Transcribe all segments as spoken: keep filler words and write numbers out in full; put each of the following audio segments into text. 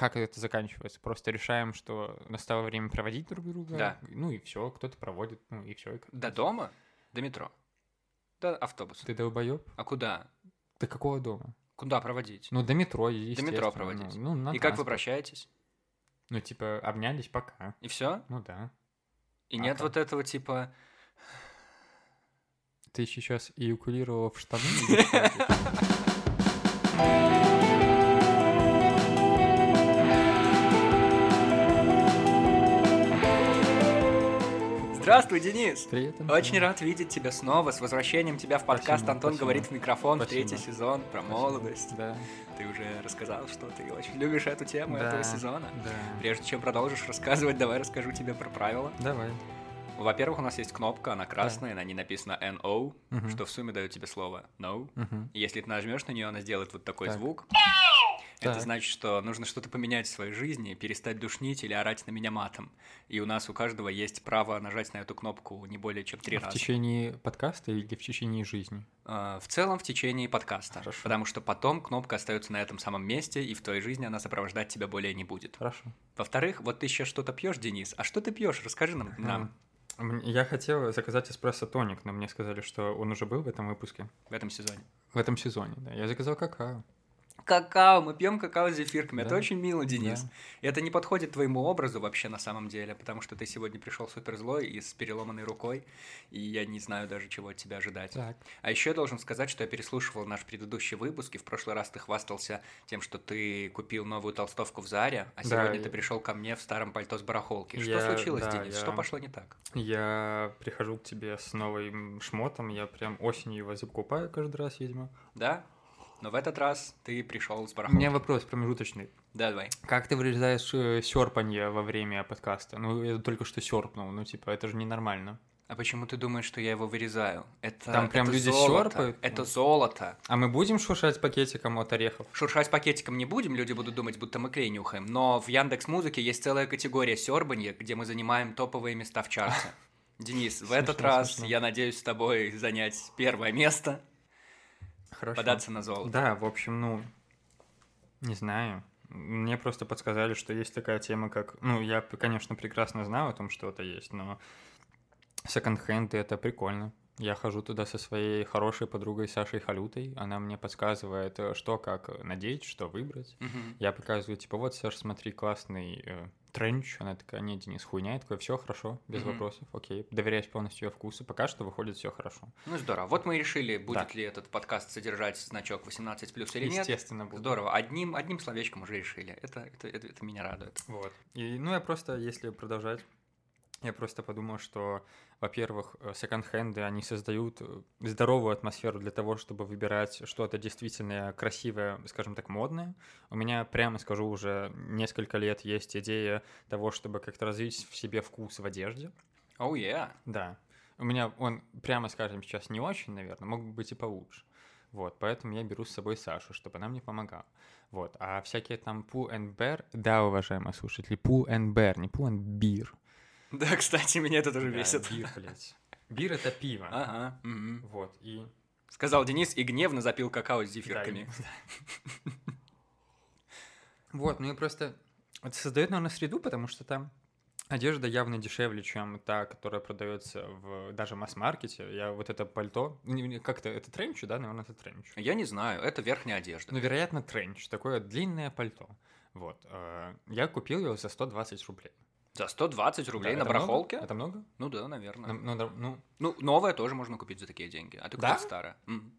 как это заканчивается? Просто решаем, что настало время проводить друг друга? Да. Ну и все, кто-то проводит, ну и все. До дома? До метро? До автобуса? Ты долбоёб? А куда? До какого дома? Куда проводить? Ну, до метро, До естественно. метро проводить. Ну, ну, на И как вы транспорт. прощаетесь? Ну, типа, обнялись, пока. И все? Ну да. И А нет как? вот этого типа... Ты сейчас эякулировала в штаны? или что это? Здравствуй, Денис! Привет, Антон. Очень рад видеть тебя снова, с возвращением тебя в подкаст Спасибо, «Антон спасибо. говорит в микрофон» в Спасибо. третий сезон про Спасибо. молодость. Да. Ты уже рассказал, что ты очень любишь эту тему Да, этого сезона. Да. Прежде чем продолжишь рассказывать, давай расскажу тебе про правила. Давай. Во-первых, у нас есть кнопка, она красная, на ней написано эн о, Мгм. что в сумме дает тебе слово no. Мгм. И если ты нажмешь на нее, она сделает вот такой Так. звук. Это Так. значит, что нужно что-то поменять в своей жизни, перестать душнить или орать на меня матом. И у нас у каждого есть право нажать на эту кнопку не более чем три В раза. течение подкаста или в течение жизни? А, В целом в течение подкаста. Хорошо. Потому что потом кнопка остается на этом самом месте, и в твоей жизни она сопровождать тебя более не будет. Хорошо. Во-вторых, вот ты сейчас что-то пьешь, Денис. А что ты пьешь? Расскажи нам. нам М, Я хотел заказать эспрессо тоник, но мне сказали, что он уже был в этом выпуске. в этом сезоне. В этом сезоне, да. Я заказал какао. Какао, мы пьем какао с зефирками. Это Да. очень мило, Денис. Да. И это не подходит твоему образу вообще на самом деле, потому что ты сегодня пришел супер злой и с переломанной рукой, и я не знаю даже, чего от тебя ожидать. Так. А еще я должен сказать, что я переслушивал наш предыдущий выпуск, и в прошлый раз ты хвастался тем, что ты купил новую толстовку в Заре, а Да, сегодня и- ты пришел ко мне в старом пальто с барахолки. Что Я- случилось, да, Денис? я- Что пошло не так? Я прихожу к тебе с новым шмотом, я прям осенью его закупаю каждый раз, видимо. Да? Но в этот раз ты пришел с У барахолки. меня вопрос промежуточный. Да, давай. Как ты вырезаешь серпанье во время подкаста? Ну, я только что серпнул, ну, типа, это же ненормально. А почему ты думаешь, что я его вырезаю? Это, Там прям это люди золото. сёрпают? Это золото. А мы будем шуршать пакетиком от орехов? Шуршать пакетиком не будем, люди будут думать, будто мы клей нюхаем. Но в Яндекс.Музыке есть целая категория сёрбанья, где мы занимаем топовые места в чарте. Денис, в этот Смешно, раз смешно. я надеюсь с тобой занять первое место, Хорошо. податься на золото. Да, в общем, ну, не знаю. Мне просто подсказали, что есть такая тема, как... Ну, я, конечно, прекрасно знаю о том, что это есть, но секонд-хенды — это прикольно. Я хожу туда со своей хорошей подругой Сашей Халютой. Она мне подсказывает, э, что, как надеть, что выбрать. Мгм. Я показываю, типа, вот, Саш, смотри, классный э, тренч. Она такая, нет, Денис, хуйня. Я такой, все хорошо, без Мгм. вопросов, окей. Доверяюсь полностью ее вкусу. Пока что выходит все хорошо. Ну здорово. Вот мы и решили, будет Да. ли этот подкаст содержать значок восемнадцать плюс или нет. Естественно, будет. Здорово. Одним, одним словечком уже решили. Это, это, это, это меня радует. Вот. И, ну, я просто, если продолжать, я просто подумал, что, во-первых, э, секонд-хенды, они создают э, здоровую атмосферу для того, чтобы выбирать что-то действительно красивое, скажем так, модное. У меня, прямо скажу, уже несколько лет есть идея того, чтобы как-то развить в себе вкус в одежде. Оу, yeah. Да. У меня он, прямо скажем, сейчас не очень, наверное, мог бы быть и получше. Вот, поэтому я беру с собой Сашу, чтобы она мне помогала. Вот, а всякие там Pull and Bear, да, уважаемые слушатели, Pull and Bear, не Pull and Beer. Да, кстати, меня это тоже Да, бесит. бир, блядь. Бир — это пиво. Ага. Мгм. Вот, и... Сказал Денис и гневно запил какао с да, зефирками. и- Вот, ну и просто... Это создает, наверное, среду, потому что там одежда явно дешевле, чем та, которая продается в даже масс-маркете. Я вот это пальто... не- не, Как-то... Это тренч, да? Наверное, это тренч. Я не знаю, это верхняя одежда. Ну, вероятно, тренч. Такое длинное пальто. Вот. э, Я купил его за сто двадцать рублей. За сто двадцать рублей Да, на это много? барахолке? Это много? Ну да, наверное. Ну, ну, да, ну, Ну, новое тоже можно купить за такие деньги. А ты Да? купил старое. Мгм.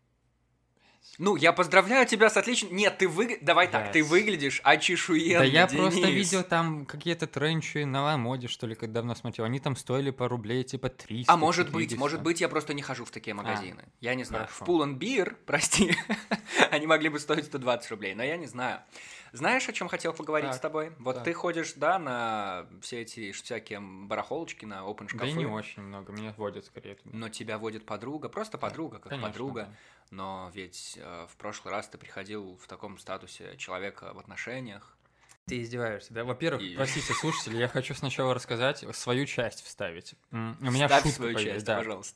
Ну, я поздравляю тебя с отличным... Нет, ты вы... Давай так, ты Блядь. выглядишь очешуенно, Да я Денис. просто видел там какие-то тренчи на Ламоде, что ли, когда давно смотрел. Они там стоили по рублей типа триста. А может быть, четыреста. может быть, я просто не хожу в такие магазины. я не знаю. хорошо. В Pull and Beer, прости, они могли бы стоить сто двадцать рублей, но я не знаю. Знаешь, о чем хотел поговорить Так, с тобой? Вот так. ты ходишь, да, на все эти всякие барахолочки, на open шкафы. Да не очень много, меня водят скорее туда. Но тебя водит подруга, просто подруга, как Конечно, подруга. да. Но ведь э, в прошлый раз ты приходил в таком статусе человека в отношениях. Ты издеваешься, да? Во-первых, И- простите, слушатели, я хочу сначала рассказать, свою часть вставить. М, У меня Ставь шутка свою появилась, часть, да. пожалуйста.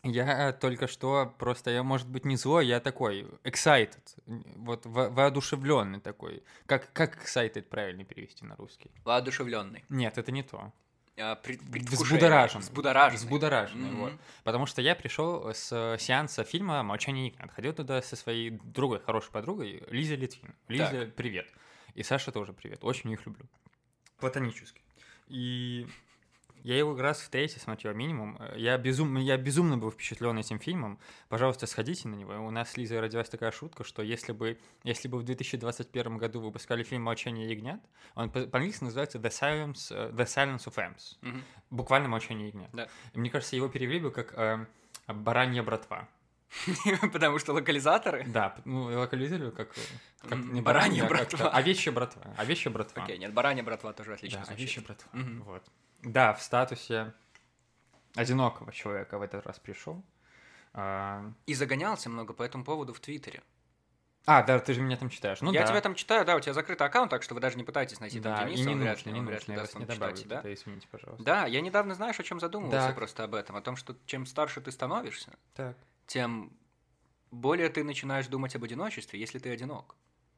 Я только что просто, я, может быть, не злой, я такой excited, вот во- воодушевленный такой. Как, как excited правильно перевести на русский? Воодушевленный. Нет, это не то. А, пред- Взбудораженный. Взбудораженный. Взбудораженный, Мгм. вот. Потому что я пришел с сеанса фильма «Молчание ягнят». Ходил туда со своей другой хорошей подругой Лизой Литвин. Лиза, привет. И Саша тоже привет. Очень их люблю. Платонически. И я его раз в третий смотрел минимум. Я, безум... я безумно был впечатлен этим фильмом. Пожалуйста, сходите на него. У нас с Лизой родилась такая шутка, что если бы, если бы в две тысячи двадцать первом году выпускали фильм «Молчание ягнят», он по- по-английски называется «The Silence, uh, The Silence of Lambs». Мгм. Буквально «Молчание ягнят». Да. И мне кажется, его перевели бы как э, «Баранья братва». Потому что локализаторы? Да, ну, локализировали как, как М, не «Баранья баранья, а как-то братва». овечья братва. Овечья братва. Окей, нет, баранья братва тоже отлично Да, звучит. овечья братва. Мгм. Вот. Да, в статусе одинокого человека в этот раз пришел. А, И загонялся много по этому поводу в Твиттере. а, да, ты же меня там читаешь. Ну я да. тебя там читаю, да, у тебя закрытый аккаунт, так что вы даже не пытаетесь найти Да, там и Дениса, не он вряд нужно, ли, не он вряд нужно, ли я даст вас не вам добавлю почитать тебя. туда, извините, пожалуйста. Да, я недавно, знаешь, о чем задумывался Так. просто об этом, о том, что чем старше ты становишься, Так. тем более ты начинаешь думать об одиночестве, если ты одинок.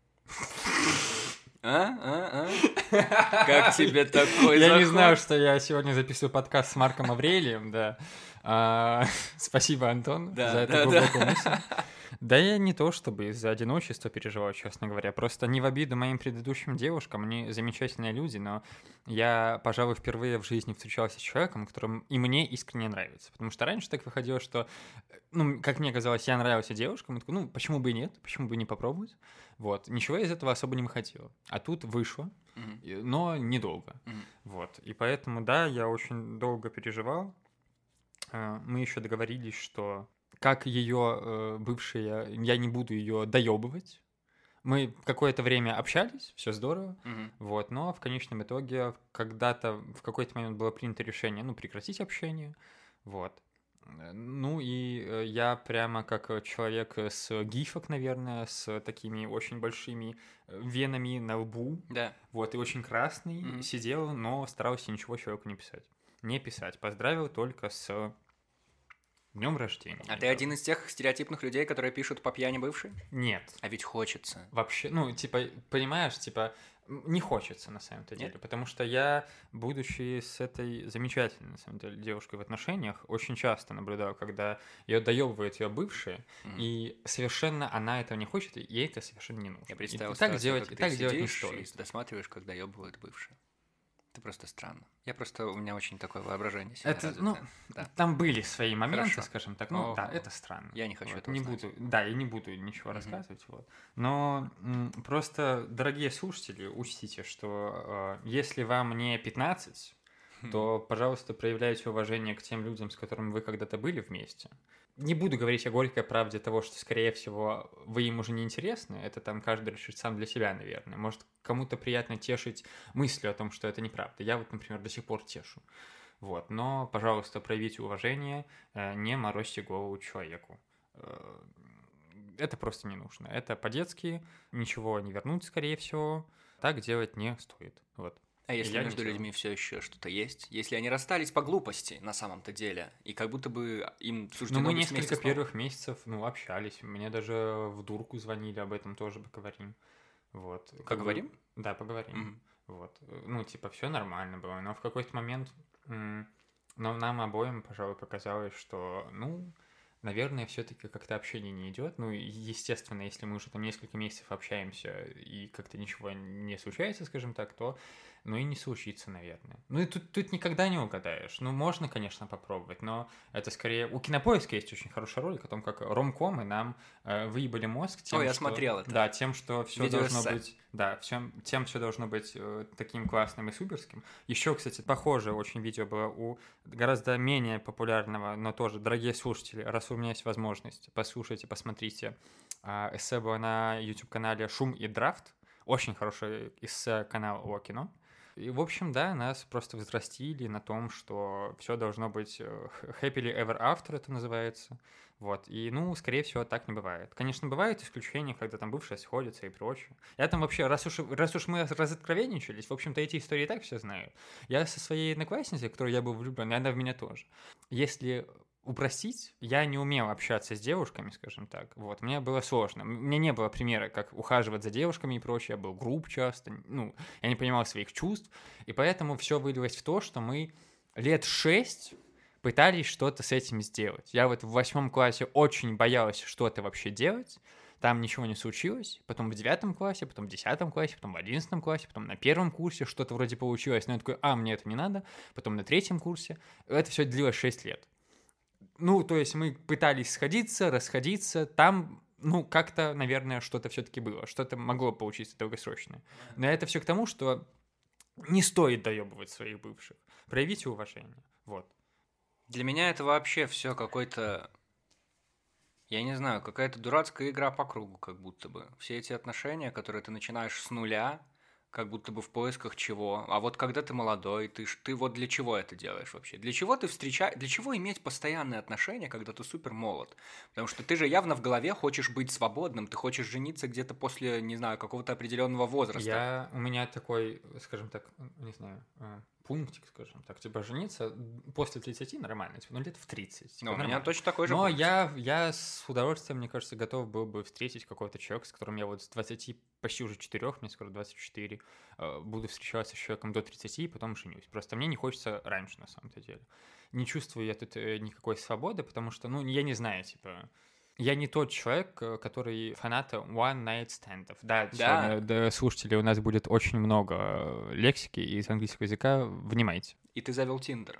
А? А? А? Как тебе такой Я не заход? знаю, что я сегодня записываю подкаст с Марком Аврелием, да. А, Спасибо, Антон, Да, за эту да, глубокую да. мысль. Да я не то чтобы из-за одиночества переживал, честно говоря. Просто не в обиду моим предыдущим девушкам, они замечательные люди, но я, пожалуй, впервые в жизни встречался с человеком, которым и мне искренне нравится. Потому что раньше так выходило, что, ну, как мне казалось, я нравился девушкам, и такой, ну, почему бы и нет, почему бы и не попробовать? Вот, ничего из этого особо не выходило. А тут вышло, Мгм. и- но недолго. Мгм. Вот, и поэтому, да, я очень долго переживал. Э, Мы еще договорились, что как ее бывшая, я не буду ее доебывать. Мы какое-то время общались, все здорово, Мгм. вот, но в конечном итоге когда-то в какой-то момент было принято решение, ну, прекратить общение, вот. Э, Ну и э, я прямо как э, человек с гифок, наверное, с такими очень большими э, венами на лбу, Да. вот, и очень красный, Мгм. сидел, но старался ничего человеку не писать. Не писать. Поздравил только с днем рождения. А ты один из тех стереотипных людей, которые пишут по пьяни бывший? Нет. А ведь хочется. Вообще, ну, типа, понимаешь, типа, м, не хочется на самом-то Нет? деле, потому что я, будучи с этой замечательной, на самом деле, девушкой в отношениях, очень часто наблюдаю, когда ее доебывает ее бывшие, Мгм. и совершенно она этого не хочет, и ей это совершенно не нужно. Я И представил так ситуацию, делать, как и ты так делать не сидишь и стоит. досматриваешь, когда ёбывают бывшие. Это просто странно. Я просто, у меня очень такое воображение сильно Это, развитое. ну, Да. там были свои моменты, Хорошо. скажем так. Ну, Ого. да, это странно. Я не хочу Вот, этого не знать. буду, да, я не буду ничего Мгм. рассказывать. Вот. Но м, просто, дорогие слушатели, учтите, что э, если вам не пятнадцать, то, пожалуйста, проявляйте уважение к тем людям, с которыми вы когда-то были вместе. Не буду говорить о горькой правде того, что, скорее всего, вы им уже не интересны. Это там каждый решит сам для себя, наверное. Может, кому-то приятно тешить мыслью о том, что это неправда. Я вот, например, до сих пор тешу. Вот. Но, пожалуйста, проявите уважение, э, не морозьте голову человеку. Э, Это просто не нужно. Это по-детски, ничего не вернуть, скорее всего. Так делать не стоит. Вот. А если Я не между делаю. людьми все еще что-то есть? Если они расстались по глупости на самом-то деле, и как будто бы им Ну, суждено мы быть вместе несколько снова? первых месяцев, ну, общались. Мне даже в дурку звонили, об этом тоже поговорим. Вот. Как бы- Поговорим? Да, поговорим. Мгм. Вот. Ну, типа, все нормально было. Но в какой-то момент м, но нам обоим, пожалуй, показалось, что, ну, наверное, все-таки как-то общение не идет. Ну, и, естественно, если мы уже там несколько месяцев общаемся и как-то ничего не случается, скажем так, то, ну, и не случится, наверное. Ну, и тут, тут никогда не угадаешь. Ну, можно, конечно, попробовать, но это скорее... У Кинопоиска есть очень хороший ролик о том, как ромкомы нам э, выебали мозг тем, Ой, я что... смотрел это. Да, тем, что все должно Видеоэссе. быть... Да, всем, тем все должно быть э, таким классным и суперским. Еще, кстати, похожее очень видео было у гораздо менее популярного, но тоже, дорогие слушатели, раз у меня есть возможность, послушайте, посмотрите. А, эссе было на YouTube-канале «Шум и драфт». Очень хороший эссе-канал о кино. И, в общем, да, нас просто взрастили на том, что все должно быть э, happily ever after, это называется. Вот. И, ну, скорее всего, так не бывает. Конечно, бывают исключения, когда там бывшие сходятся и прочее. Я там вообще, раз уж, раз уж мы разоткровенничались, в общем-то, эти истории и так все знают. Я со своей одноклассницей, в которой я был влюблен, и она в меня тоже. Если упростить, я не умел общаться с девушками, скажем так. Вот, мне было сложно. У меня не было примера, как ухаживать за девушками и прочее. Я был груб часто. Ну, я не понимал своих чувств. И поэтому все вылилось в то, что мы лет шесть пытались что-то с этим сделать. Я вот в восьмом классе очень боялась что-то вообще делать. Там ничего не случилось. Потом в девятом классе, потом в десятом классе, потом в одиннадцатом классе, потом на первом курсе что-то вроде получилось. Но я такой, а, мне это не надо. Потом на третьем курсе. Это все длилось шесть лет. Ну, то есть мы пытались сходиться, расходиться, там, ну, как-то, наверное, что-то все-таки было, что-то могло получиться долгосрочное. Но это все к тому, что не стоит доебывать своих бывших. Проявите уважение, вот. Для меня это вообще все какой-то, я не знаю, какая-то дурацкая игра по кругу, как будто бы. Все эти отношения, которые ты начинаешь с нуля, как будто бы в поисках чего. А вот когда ты молодой, ты, ж- ты вот для чего это делаешь вообще? Для чего ты встречаешь... Для чего иметь постоянные отношения, когда ты супер молод? Потому что ты же явно в голове хочешь быть свободным, ты хочешь жениться где-то после, не знаю, какого-то определенного возраста. Я, у меня такой, скажем так, не знаю, э, пунктик, скажем так, типа жениться после тридцати нормально, типа, ну лет в тридцать. Типа, Ну, у меня нормально. точно такой же Но пунктик. я, я с удовольствием, мне кажется, готов был бы встретить какого-то человека, с которым я вот с двадцати, почти уже четырёх, мне скоро двадцать четыре, э, буду встречаться с человеком до тридцати и потом женюсь. Просто мне не хочется раньше, на самом-то деле. Не чувствую я тут э, никакой свободы, потому что, ну, я не знаю, типа... Я не тот человек, э, который фанат one-night стендов. Да, Да. сегодня, да, слушатели, у нас будет очень много э, лексики из английского языка. Внимайте. И ты завел Тиндер.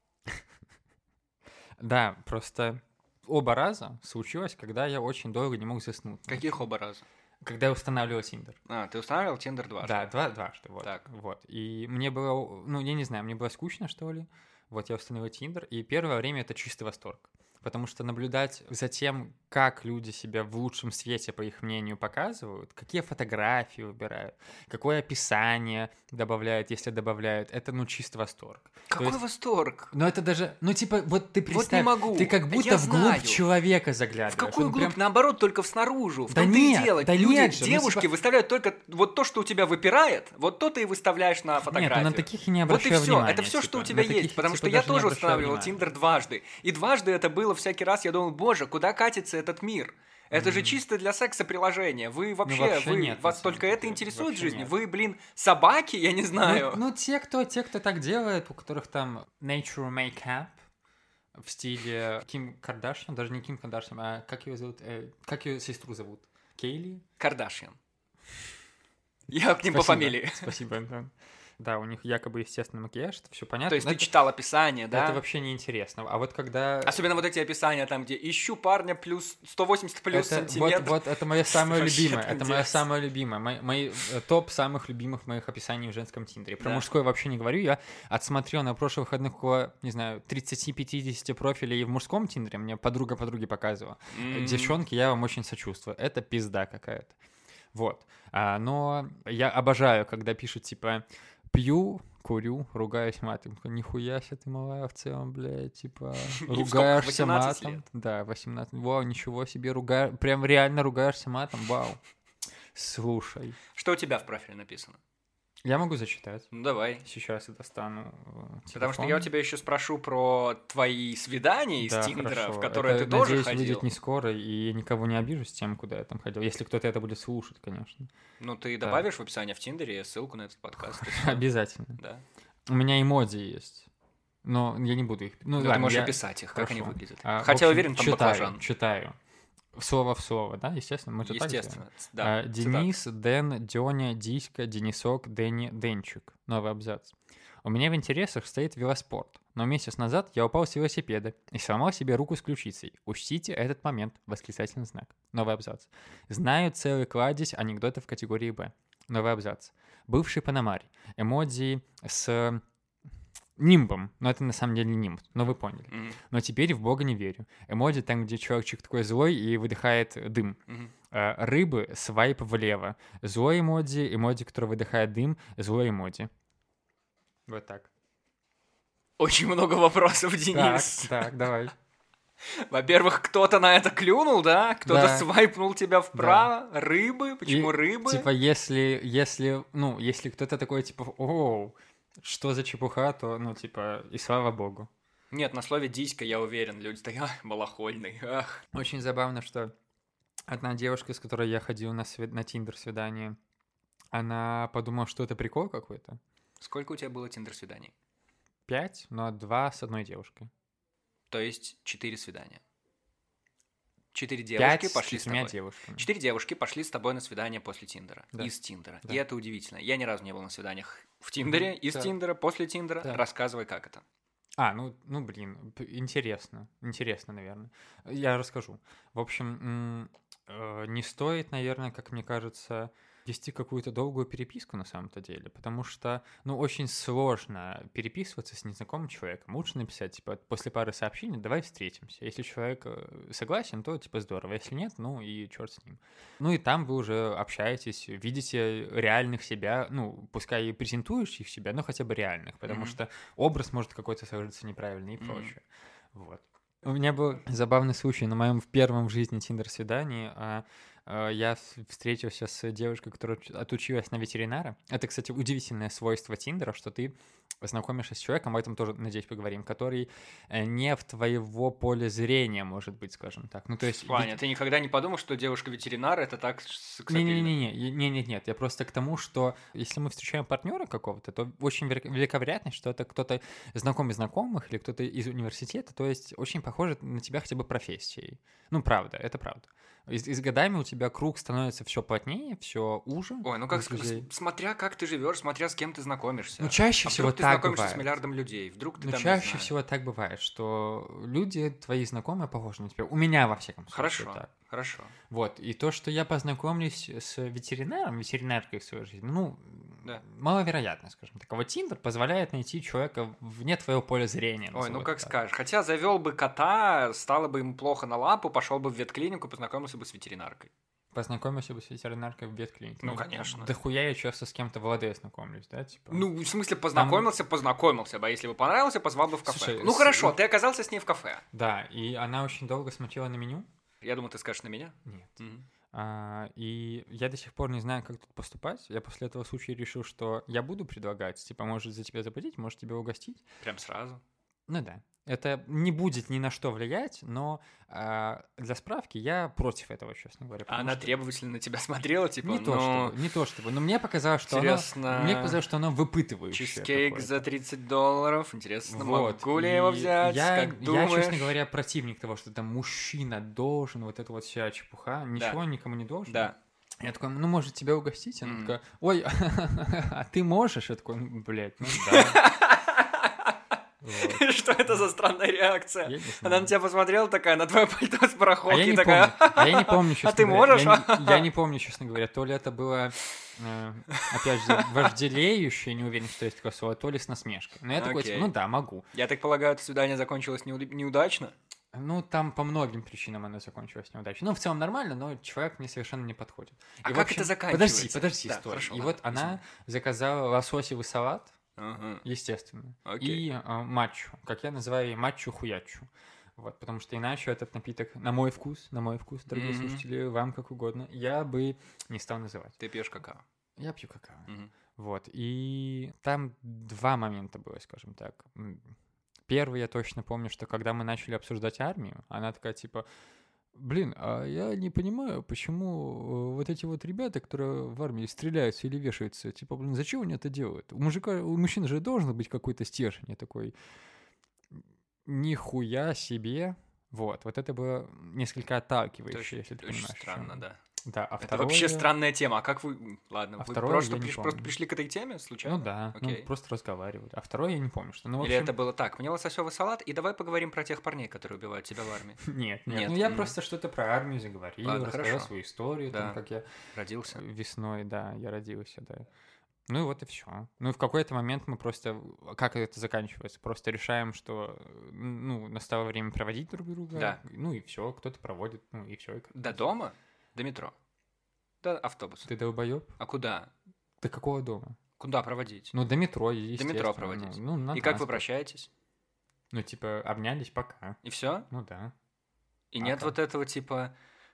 Да, просто оба раза случилось, когда я очень долго не мог заснуть. Каких оба раза? Когда я устанавливал Тиндер. А, ты устанавливал Тиндер дважды? Да, два, дважды, вот. Так. Вот. И мне было, ну, я не знаю, мне было скучно, что ли. Вот я установил Тиндер, и первое время это чистый восторг. Потому что наблюдать за тем, как люди себя в лучшем свете, по их мнению, показывают, какие фотографии выбирают, какое описание добавляют, если добавляют, это, ну, чистый восторг. Какой есть- восторг? Ну, это даже, ну, типа, вот ты Вот представь, не могу. ты как будто Я вглубь знаю. человека заглядываешь. В какую Он глубь? прям- Наоборот, только в снаружи. В Да том-то нет, и дело. да Люди, нет же, ну, девушки типа- выставляют только вот то, что у тебя выпирает, вот то ты и выставляешь на Нет, фотографию. ну, на таких и не Вот и обращаю все. внимания. Это все, что у типа, тебя на таких, есть. Потому типа, что я даже не тоже обращаю устанавливал внимания. Тиндер дважды. И дважды это было всякий раз, я думал, боже, куда катится этот мир? Это же чисто для секса приложение. Вы вообще, вообще вы, нет, на вас самом только это деле. интересует в Вообще жизни? нет. Вы, блин, собаки? Я не знаю. Ну, ну, те, кто, те, кто так делает, у которых там nature makeup в стиле Ким Кардашьян, даже не Ким Кардашьян, а как ее зовут, э, как ее сестру зовут? Кейли? Кардашьян. Я к ним по Спасибо, фамилии. Спасибо, Антон. Да, у них якобы естественный макияж, это все понятно. То есть но ты это, читал описание, да? это вообще неинтересно. А вот когда... Особенно вот эти описания там, где ищу парня плюс сто восемьдесят плюс это, сантиметров. Вот, вот это мое самое Вообще любимое. Это мое трындец. самое любимое. Мои, мои, э, топ самых любимых моих описаний в женском Тиндере. Про Да. мужской вообще не говорю. Я отсмотрел на прошлых выходных около, не знаю, тридцать-пятьдесят профилей в мужском Тиндере. Мне подруга подруги показывала. М. Девчонки, я вам очень сочувствую. Это пизда какая-то. Вот. А, но я обожаю, когда пишут, типа, пью, курю, ругаюсь матом. Такой, нихуя себе ты малая в целом, блядь, типа, сколько, ругаешься восемнадцать матом. лет? Да, восемнадцать. Вау, ничего себе, руга... прям реально ругаешься матом, вау. Слушай, Что у тебя в профиле написано? я могу зачитать. Ну давай. Сейчас я достану э, Потому что телефон. я у тебя еще спрошу про твои свидания из Да, Тиндера, хорошо. в которые Это, ты тоже надеюсь, ходил. выйдет не скоро, и я никого не обижу с тем, куда я там ходил. Если кто-то это будет слушать, конечно. Ну ты Да. добавишь в описание в Тиндере ссылку на этот подкаст. и всё. Обязательно. Да. У меня эмодзи есть. Но я не буду их... Ну, Ну, ты ладно, можешь я- описать их, как они Хорошо. выглядят. А, в Хотя общем, уверен, там читаю, баклажан. читаю. Слово в слово, да, естественно, мы же так делаем. Естественно. Да. А, Денис, Дэн, Дёня, Диська, Денисок, Дэнни, Денчик. Новый абзац. У меня в интересах стоит велоспорт, но месяц назад я упал с велосипеда и сломал себе руку с ключицей. Учтите этот момент, восклицательный знак. Новый абзац. Знаю целый кладезь анекдотов категории Б. Новый абзац. Бывший Панамарь. Эмодзи с нимбом, но это на самом деле нимб, но вы поняли. Мгм. Но теперь в Бога не верю. Эмодзи там, где человечек такой злой и выдыхает дым. Мгм. Э, Рыбы, свайп влево. Злой эмодзи, эмодзи, который выдыхает дым, злой эмодзи. Вот так. Очень много вопросов, Денис. Так, так, давай. Во-первых, кто-то на это клюнул, да? Кто-то Да. свайпнул тебя вправо. Рыбы? Почему И, рыбы? Типа, если, если, ну, если кто-то такой, типа, о, что за чепуха, то, ну, типа, и слава богу. Нет, на слове «диська» я уверен, люди такие, ах, малохольный, ах. Очень забавно, что одна девушка, с которой я ходил на, свид... на тиндер-свидание, она подумала, что это прикол какой-то. Сколько у тебя было тиндер-свиданий? Пять, но два с одной девушкой. То есть четыре свидания. Четыре девушки Пять пошли с с тобой. девушками. Четыре девушки пошли с тобой на свидание после Тиндера. Да. Из Тиндера. Да. И это удивительно. Я ни разу не был на свиданиях в Тиндере, из Да. Тиндера, после Тиндера. Да. Рассказывай, как это. А, ну, ну, блин, п- интересно. Интересно, наверное. Я расскажу. В общем, м, э, не стоит, наверное, как мне кажется, вести какую-то долгую переписку на самом-то деле, потому что, ну, очень сложно переписываться с незнакомым человеком. Лучше написать, типа, после пары сообщений, давай встретимся. Если человек э, согласен, то, типа, здорово. Если нет, ну, и черт с ним. Ну, и там вы уже общаетесь, видите реальных себя, ну, пускай и презентующих себя, но хотя бы реальных, потому Мгм. что образ может какой-то сложиться неправильный и Мгм. прочее. Вот. У меня был забавный случай на моем первом в жизни тиндер-свидании. а, а, Я с- встретился с девушкой, которая уч- отучилась на ветеринара. Это, кстати, удивительное свойство Тиндера, что ты знакомишься с человеком, об этом тоже, надеюсь, поговорим, который э, не в твоего поле зрения, может быть, скажем так. Ну, то есть... Ваня, вет- ты никогда не подумал, что девушка-ветеринар это так сексапильно? Не-не-не, не, нет, нет, я просто к тому, что если мы встречаем партнера какого-то, то очень велик- велика вероятность, что это кто-то знакомый знакомых или кто-то из университета, то есть очень похоже на тебя хотя бы профессией. Ну, правда, это правда. И, с и с годами у тебя круг становится все плотнее, все уже. Ой, ну как, из друзей. с- смотря как ты живешь, смотря с кем ты знакомишься. Ну, чаще а всего вдруг ты так знакомишься бывает. с миллиардом людей, вдруг ты Ну, там, не чаще знаю. всего так бывает, что люди, твои знакомые, похожи на тебя. У меня, во всяком случае, Хорошо, так. хорошо. Вот, и то, что я познакомлюсь с ветеринаром, ветеринаркой в своей жизни, ну, Да. маловероятно, скажем так. А вот Тиндер позволяет найти человека вне твоего поля зрения. Ой, ну назову как это так. скажешь. Хотя завел бы кота, стало бы ему плохо на лапу, пошел бы в ветклинику, познакомился бы с ветеринаркой. Познакомился бы с ветеринаркой в ветклинике. Ну, конечно. Да хуя я часто с кем-то в ЛД знакомлюсь, да, типа? Ну, в смысле, познакомился, познакомился бы, а если бы понравился, позвал бы в кафе. Слушай, ну с- хорошо, ты оказался с ней в кафе. Да, и она очень долго смотрела на меню. Я думаю, ты скажешь на меня. Нет. Мгм. А, и я до сих пор не знаю, как тут поступать. Я после этого случая решил, что я буду предлагать, типа, может за тебя заплатить, может тебя угостить. Прям сразу. Ну да. Это не будет ни на что влиять, но а, для справки я против этого, честно говоря. А потому она что требовательно на тебя смотрела, типа, Не то ну, чтобы, не то чтобы, но мне показалось, что интересно, оно, мне показалось, что оно выпытывающее. чизкейк какое-то. за тридцать долларов, интересно, Вот, могу ли я его и взять, Я, как я, думаешь? честно говоря, противник того, что там мужчина должен, вот это вот вся чепуха, ничего никому не должен. Да. Я такой, ну, может, тебя угостить? Она Мгм. такая, ой, а ты можешь? Я такой, ну, блядь, ну да. Вот. Что это за странная реакция? Я не Она знаю. на тебя посмотрела такая, на твое пальто с А я барахолки, не такая... помню, а я не помню, честно А ты говоря. можешь? Я не, я не помню, честно говоря, то ли это было, э, опять же, вожделеющее, не уверен, что есть такое слово, то ли с насмешкой. Но я такой, типа, Окей. ну да, могу. Я так полагаю, это свидание закончилось неуд- неудачно? Ну, там по многим причинам оно закончилось неудачей. Ну, в целом нормально, но человек мне совершенно не подходит. А И, в как общем, это заканчивается? Подожди, подожди, Да, стой. хорошо, И ладно, вот она заказала лососевый салат, Ага. естественно, Окей. и э, матчу, как я называю, матчу-хуячу. Вот, потому что иначе этот напиток, на мой вкус, на мой вкус, дорогие Мгм. слушатели, вам как угодно, я бы не стал называть. Ты пьешь какао. Я пью какао. Мгм. Вот, и там два момента было, скажем так. М, Первый, я точно помню, что когда мы начали обсуждать армию, она такая, типа, блин, а я не понимаю, почему э, вот эти вот ребята, которые в армии стреляются или вешаются, типа, блин, зачем они это делают? У мужика, у мужчины же должен быть какой-то стержень. Я такой, нихуя себе. Вот, вот это было несколько Это отталкивающе, очень, если ты очень понимаешь. о странно, чём. да. Да, а Это второе... вообще странная тема. А как вы... Ладно, А вы второе просто, я не приш- помню. просто пришли к этой теме случайно? Ну да, Окей. ну просто разговаривали. А второе я не помню, что. Ну, в Или общем... это было так? Мне лососевый салат, и давай поговорим про тех парней, которые убивают тебя в армии. Нет, нет, Нет, ну я м. просто что-то про армию заговорил, Ладно, рассказал хорошо. свою историю, Да. там, как я Родился. весной, да, я родился, да. Ну и вот и все. Ну и в какой-то момент мы просто, как это заканчивается, просто решаем, что, ну, настало время проводить друг друга. Да. Ну и все, кто-то проводит, ну и все. До дома? До метро? До автобуса? Ты долбоеб? А куда? До какого дома? Куда проводить? Ну до метро, естественно. метро проводить. Ну, ну, на И как вы транспорт. прощаетесь? Ну типа обнялись, пока. И все? Ну да. И А нет как? вот этого типа...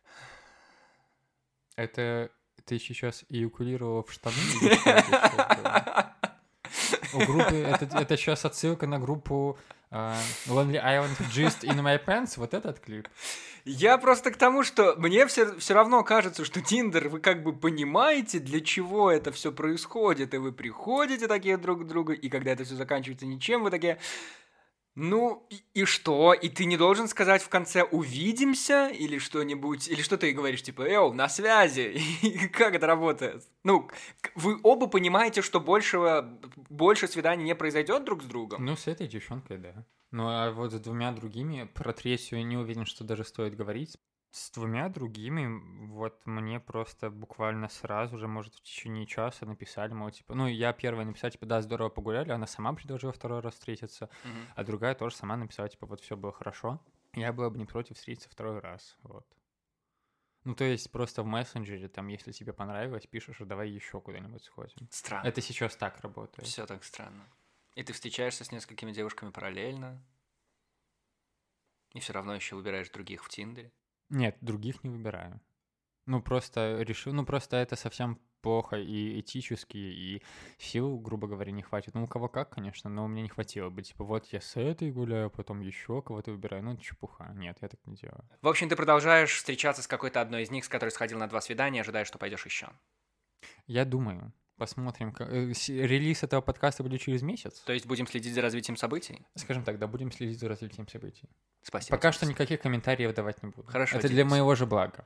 Это ты сейчас эякулировал в штаны? Или что это? У группы, это, это сейчас отсылка на группу Uh, Lonely Island Just in My Pants, вот этот клип. Я просто к тому, что мне все, все равно кажется, что Тиндер, вы как бы понимаете, для чего это все происходит, и вы приходите такие друг к другу, и когда это все заканчивается ничем, вы такие... Ну, и, и что? И ты не должен сказать в конце «увидимся» или что-нибудь? Или что ты говоришь, типа «Эу, на связи». И как это работает? Ну, вы оба понимаете, что большего, больше свиданий не произойдет друг с другом? Ну, с этой девчонкой, да. Ну, а вот с двумя другими, про третью я не уверен, что даже стоит говорить. С двумя другими, вот мне просто буквально сразу же, может, в течение часа написали, мол, типа, ну, я первая написала, типа, да, здорово погуляли, она сама предложила второй раз встретиться, Мгм. а другая тоже сама написала, типа, вот все было хорошо, я была бы не против встретиться второй раз, вот. Ну, то есть просто в мессенджере, там, если тебе понравилось, пишешь, а давай еще куда-нибудь сходим. Странно. Это сейчас так работает. Все так странно. И ты встречаешься с несколькими девушками параллельно, и все равно еще выбираешь других в Тиндере. Нет, других не выбираю. Ну, просто решил, ну, просто это совсем плохо и этически, и сил, грубо говоря, не хватит. Ну, у кого как, конечно, но мне не хватило бы. Типа, вот я с этой гуляю, потом еще кого-то выбираю. Ну, это чепуха. Нет, я так не делаю. В общем, ты продолжаешь встречаться с какой-то одной из них, с которой сходил на два свидания, ожидая, что пойдешь еще. Я думаю. Посмотрим. как- э, с- Релиз этого подкаста будет через месяц. То есть будем следить за развитием событий? Скажем так, да, будем следить за развитием событий. Спасибо. Пока Денис. что никаких комментариев давать не буду. Хорошо, Это для Денис. моего же блага.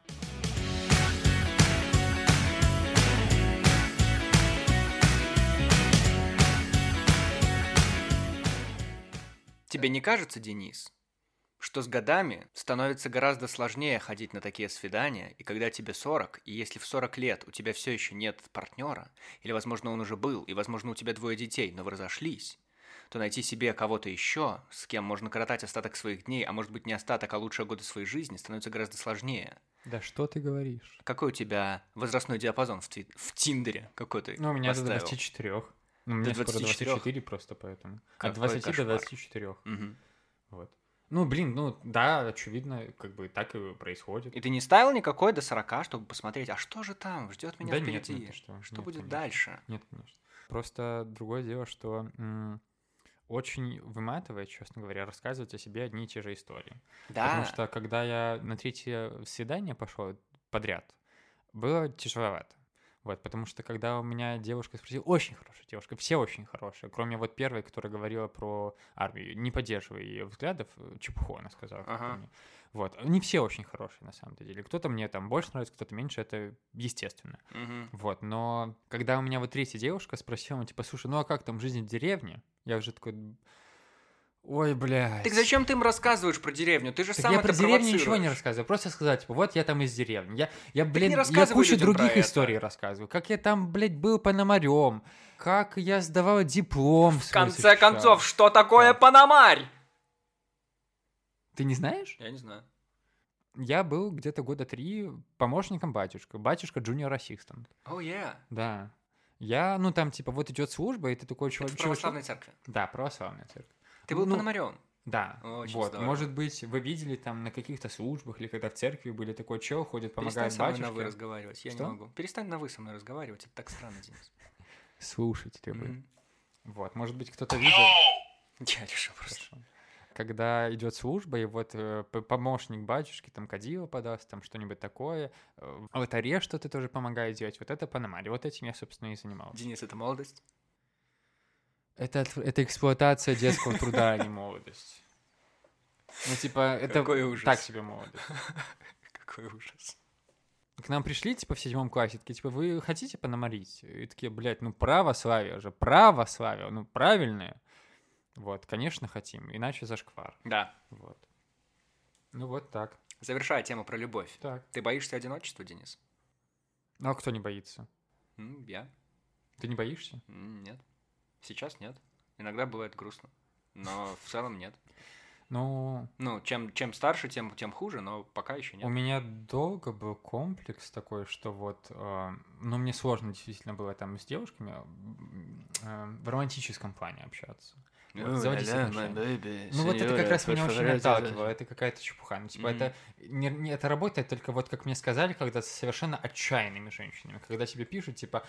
Тебе не кажется, Денис, что с годами становится гораздо сложнее ходить на такие свидания, и когда тебе сорок, и если в сорок лет у тебя все еще нет партнера, или, возможно, он уже был, и, возможно, у тебя двое детей, но вы разошлись, то найти себе кого-то еще, с кем можно коротать остаток своих дней, а может быть не остаток, а лучшие годы своей жизни, становится гораздо сложнее. Да что ты говоришь? Какой у тебя возрастной диапазон в, твит- в Тиндере? Какой ты Ну, у меня до поставил? двадцати четырёх. Ну, мне скоро двадцати двадцать четырёх? четыре просто, поэтому. От Какой двадцати до кошмар. двадцати четырёх. Мгм. Вот. Ну, блин, ну, да, очевидно, как бы так и происходит. И ты не ставил никакой до сорока, чтобы посмотреть, а что же там ждет меня Да нет, впереди? нет, ты что, что нет, будет конечно. дальше? Нет, конечно. Просто другое дело, что м, очень выматывает, честно говоря, рассказывать о себе одни и те же истории. Да. Потому что когда я на третье свидание пошел подряд, было тяжеловато. Вот, потому что когда у меня девушка спросила, очень хорошая девушка, все очень хорошие, кроме вот первой, которая говорила про армию, не поддерживая ее взглядов, э, чепуху она сказала. как-то Ага. мне. Вот, они все очень хорошие на самом деле. Кто-то мне там больше нравится, кто-то меньше, это естественно. Мгм. Вот, но когда у меня вот третья девушка спросила, типа, слушай, ну а как там жизнь в деревне? Я уже такой, ой, блядь. Так зачем ты им рассказываешь про деревню? Ты же Так сам я это про деревню ничего не провоцируешь. рассказываю, просто сказать, типа, вот я там из деревни. Я, я блин, не я рассказывай кучу людям про других это. историй рассказываю. Как я там, блядь, был пономарем, как я сдавал диплом. В конце концов, что такое Так. Пономарь? Ты не знаешь? Я не знаю. Я был где-то года три помощником батюшка. Батюшка junior assistant. О, yeah. Да. Я, ну там, типа, вот идет служба, и ты такой Это чувак. в православной церкви. Да, православная церковь. Ты был Ну, Пономарем. Да, Очень вот, здорово. может быть, вы видели там на каких-то службах или когда в церкви были, такой чел ходит, Перестань помогает со мной на «вы» батюшке. разговаривать. Я Что? не могу. Перестань на «вы» со мной разговаривать. Это так странно, Денис. Слушайте вы. Мгм. Вот, может быть, кто-то видел. Я решил просто. Хорошо. Когда идет служба, и вот э, п- помощник батюшки там кадила подаст, там что-нибудь такое, э, в алтаре что-то тоже помогает делать, вот это Пономарь. Вот этим я, собственно, и занимался. Денис, это молодость? Это, отв- это эксплуатация детского труда, а не молодость. Ну, типа, это Какой ужас. так себе молодость. Какой ужас. К нам пришли, типа, в седьмом классе, такие, типа, вы хотите пономарить? И такие, блядь, ну, православие же, православие, ну, правильное. Вот, конечно, хотим, иначе зашквар. Да. Вот. Ну, вот так. Завершая тему про любовь. Так. Ты боишься одиночества, Денис? Ну, а кто не боится? М, Я? Ты не боишься? М, Нет. Сейчас нет. Иногда бывает грустно. Но в целом нет. Ну, Ну, чем, чем старше, тем, тем хуже, но пока еще у нет. меня долго был комплекс такой, что вот, э, ну, мне сложно действительно было там с девушками э, в романтическом плане общаться. Вот, заводить отношения. Ну вот это как раз меня очень отталкивало, это какая-то чепуха. Ну, типа, Мгм. это, не, не- это работает только вот, как мне сказали, когда с совершенно отчаянными женщинами, когда тебе пишут, типа,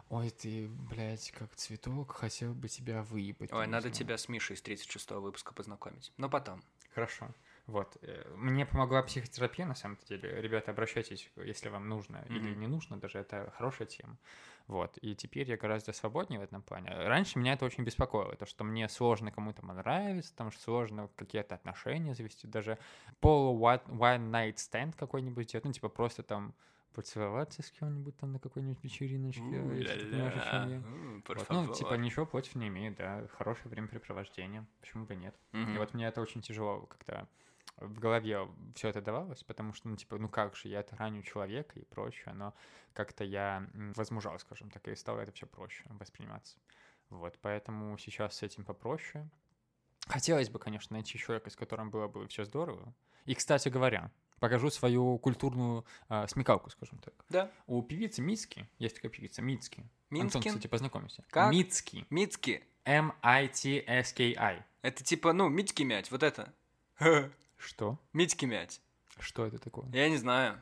ой, ты, блядь, как цветок, хотел бы тебя выебать. Ой, там, надо не знаю. тебя с Мишей из тридцать шестого выпуска познакомить. Но потом. Хорошо. Вот. э, Мне помогла психотерапия, на самом деле. Ребята, обращайтесь, если вам нужно или Мгм. не нужно, даже это хорошая тема. Вот. И теперь я гораздо свободнее в этом плане. Раньше меня это очень беспокоило, то, что мне сложно кому-то понравиться, потому что сложно какие-то отношения завести, даже полу one one night stand какой-нибудь делать, ну, типа просто там поцеловаться с кем-нибудь там на какой-нибудь вечериночке, если ты понимаешь, о чем я. У, por Вот. Ну, favor. типа, ничего против не имею, да, хорошее времяпрепровождение, почему бы нет. И Мгм. вот мне это очень тяжело как-то в голове все это давалось, потому что, ну, типа, ну как же, я это раню человека и прочее, но как-то я м, возмужал, скажем так, и стало это все проще восприниматься. Вот, поэтому сейчас с этим попроще. Хотелось бы, конечно, найти человека, с которым было бы все здорово. И, кстати говоря, покажу свою культурную а, смекалку, скажем так. Да. У певицы Мицки, есть такая певица, Мицки. Антон, Минскин? кстати, познакомься. Как? Мицки. Мицки. эм ай ти эс кей ай. Это типа, ну, Митьки мять, вот это. Что? Митьки мять. Что это такое? Я не знаю.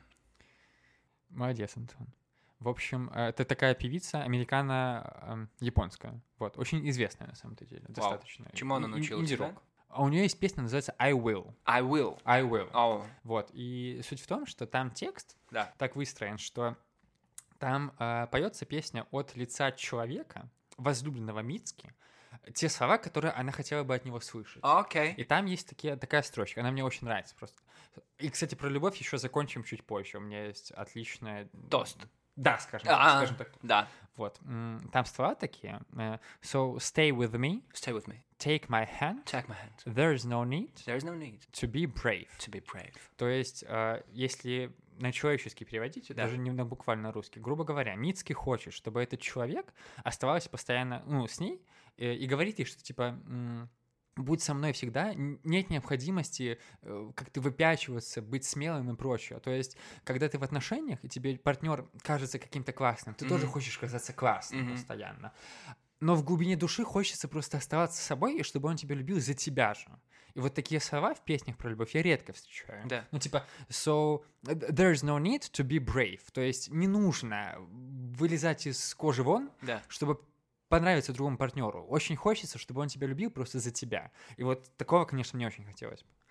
Молодец, Антон. В общем, э, это такая певица американо-японская. Вот, очень известная на самом деле, достаточно. Чему она И- научилась, инди-рок. А у нее есть песня, называется I Will. I will. I Will. О, Вот, и суть в том, что там текст да. так выстроен, что там э, поется песня от лица человека, возлюбленного Мицки, те слова, которые она хотела бы от него слышать. Окей. И там есть такие, такая строчка, она мне очень нравится просто. И, кстати, про любовь еще закончим чуть позже. У меня есть отличная... Тост. Да, скажем, А, скажем так. Да. Вот. М, Там слова такие. э, So, stay with me, Stay with me. take my hand, Take my hand. there is no need There is no need to be brave. to be brave. То есть, э, если на человеческий переводить, Да. даже не на буквально русский, грубо говоря, Мицки хочет, чтобы этот человек оставался постоянно, ну, с ней, э, и говорит ей, что, типа, м, будь со мной всегда, н- нет необходимости э, как-то выпячиваться, быть смелым и прочее. То есть, когда ты в отношениях, и тебе партнер кажется каким-то классным, ты тоже Мгм. хочешь казаться классным Мгм. постоянно. Но в глубине души хочется просто оставаться собой, и чтобы он тебя любил за тебя же. И вот такие слова в песнях про любовь я редко встречаю. Да. Ну, типа, so there's no need to be brave. То есть не нужно вылезать из кожи вон, Да. чтобы понравиться другому партнеру. Очень хочется, чтобы он тебя любил просто за тебя. И вот такого, конечно, мне очень хотелось бы.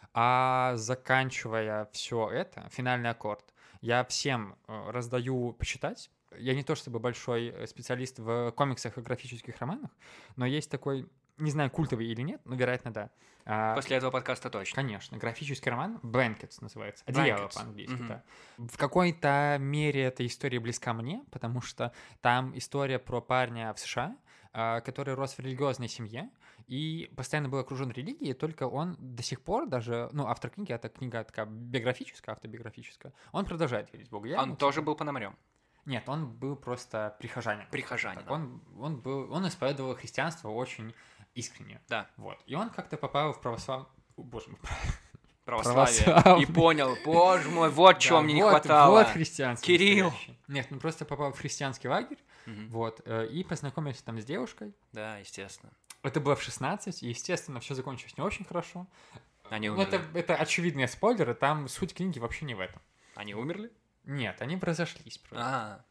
А заканчивая все это, финальный аккорд, я всем э, раздаю почитать. Я не то чтобы большой э, специалист в комиксах и графических романах, но есть такой, не знаю, культовый или нет, но, вероятно, да. А, После этого подкаста точно. Конечно, графический роман Blankets называется. Одеяло Blankets. по-английски, Мгм. да. В какой-то мере эта история близка мне, потому что там история про парня в США, а, который рос в религиозной семье и постоянно был окружен религией, только он до сих пор даже, ну, автор книги, это книга такая биографическая, автобиографическая, он продолжает верить в Бога. Я, Он ну, тоже типа- был пономарем. Нет, он был просто прихожанином. Прихожанином. Так, Он, он, был, он исповедовал христианство очень искренне. Да. Вот. И он как-то попал в православ... О, боже мой, Православие. Православный. И понял, боже мой, вот чего Да, мне не вот- хватало. Вот христианский. Кирилл. настоящий. Нет, ну просто попал в христианский лагерь, Мгм. вот, э, и познакомился там с девушкой. Да, естественно. Это было в шестнадцать, и, естественно, все закончилось не очень хорошо. Они Ну, умерли. это, это очевидные спойлеры, там суть книги вообще не в этом. Они умерли? Нет, они разошлись просто. А,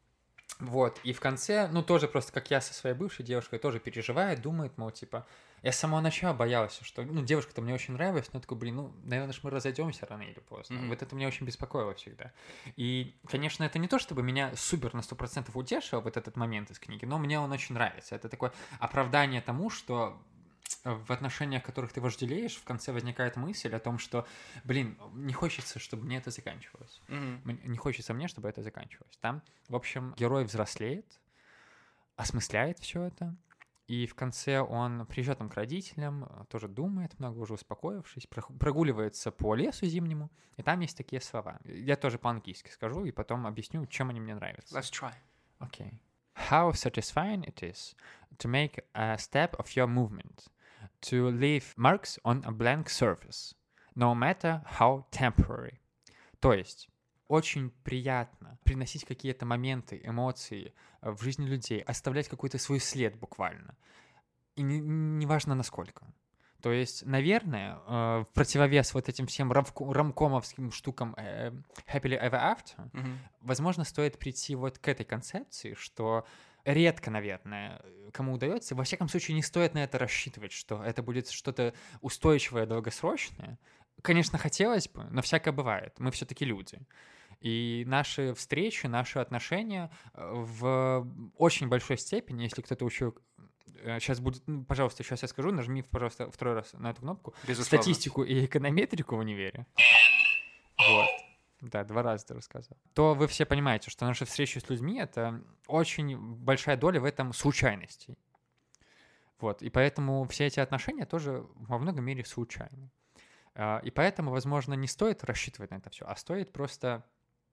Вот, и в конце, ну, тоже просто, как я со своей бывшей девушкой, тоже переживает, думает, мол, типа, я с самого начала боялся, что, ну, девушка-то мне очень нравилась, но я такой, блин, ну, наверное, мы разойдемся рано или поздно. Мгм. Вот это меня очень беспокоило всегда. И, конечно, это не то, чтобы меня супер на сто процентов утешило вот этот момент из книги, но мне он очень нравится. Это такое оправдание тому, что в отношениях, которых ты вожделеешь, в конце возникает мысль о том, что, блин, не хочется, чтобы мне это заканчивалось. мгм. Мне- Не хочется мне, чтобы это заканчивалось. Там, в общем, герой взрослеет, осмысляет все это, и в конце он приезжает там к родителям, э, тоже думает много, уже успокоившись, прох- прогуливается по лесу зимнему, и там есть такие слова. Я тоже по-английски скажу, и потом объясню, чем они мне нравятся. Let's try. Okay. How satisfying it is to make a step of your movement, to leave marks on a blank surface, no matter how temporary. То есть, очень приятно приносить какие-то моменты, эмоции э, в жизни людей, оставлять какой-то свой след буквально. И не- неважно насколько. То есть, наверное, э, в противовес вот этим всем рамко- рамкомовским штукам э, Happily Ever After, Мгм. возможно, стоит прийти вот к этой концепции, что редко, наверное, кому удается, во всяком случае, не стоит на это рассчитывать, что это будет что-то устойчивое, долгосрочное. Конечно, хотелось бы, но всякое бывает. Мы все-таки люди. И наши встречи, наши отношения э, в очень большой степени, если кто-то учил... Сейчас будет... ну, пожалуйста, сейчас я скажу, нажми, пожалуйста, второй раз на эту кнопку. Безусловно. Статистику и эконометрику в универе. Вот. Да, два раза ты рассказывал. То вы все понимаете, что наши встречи с людьми — это очень большая доля в этом случайностей. Вот. И поэтому все эти отношения тоже во многом мере случайны. А, И поэтому, возможно, не стоит рассчитывать на это все, а стоит просто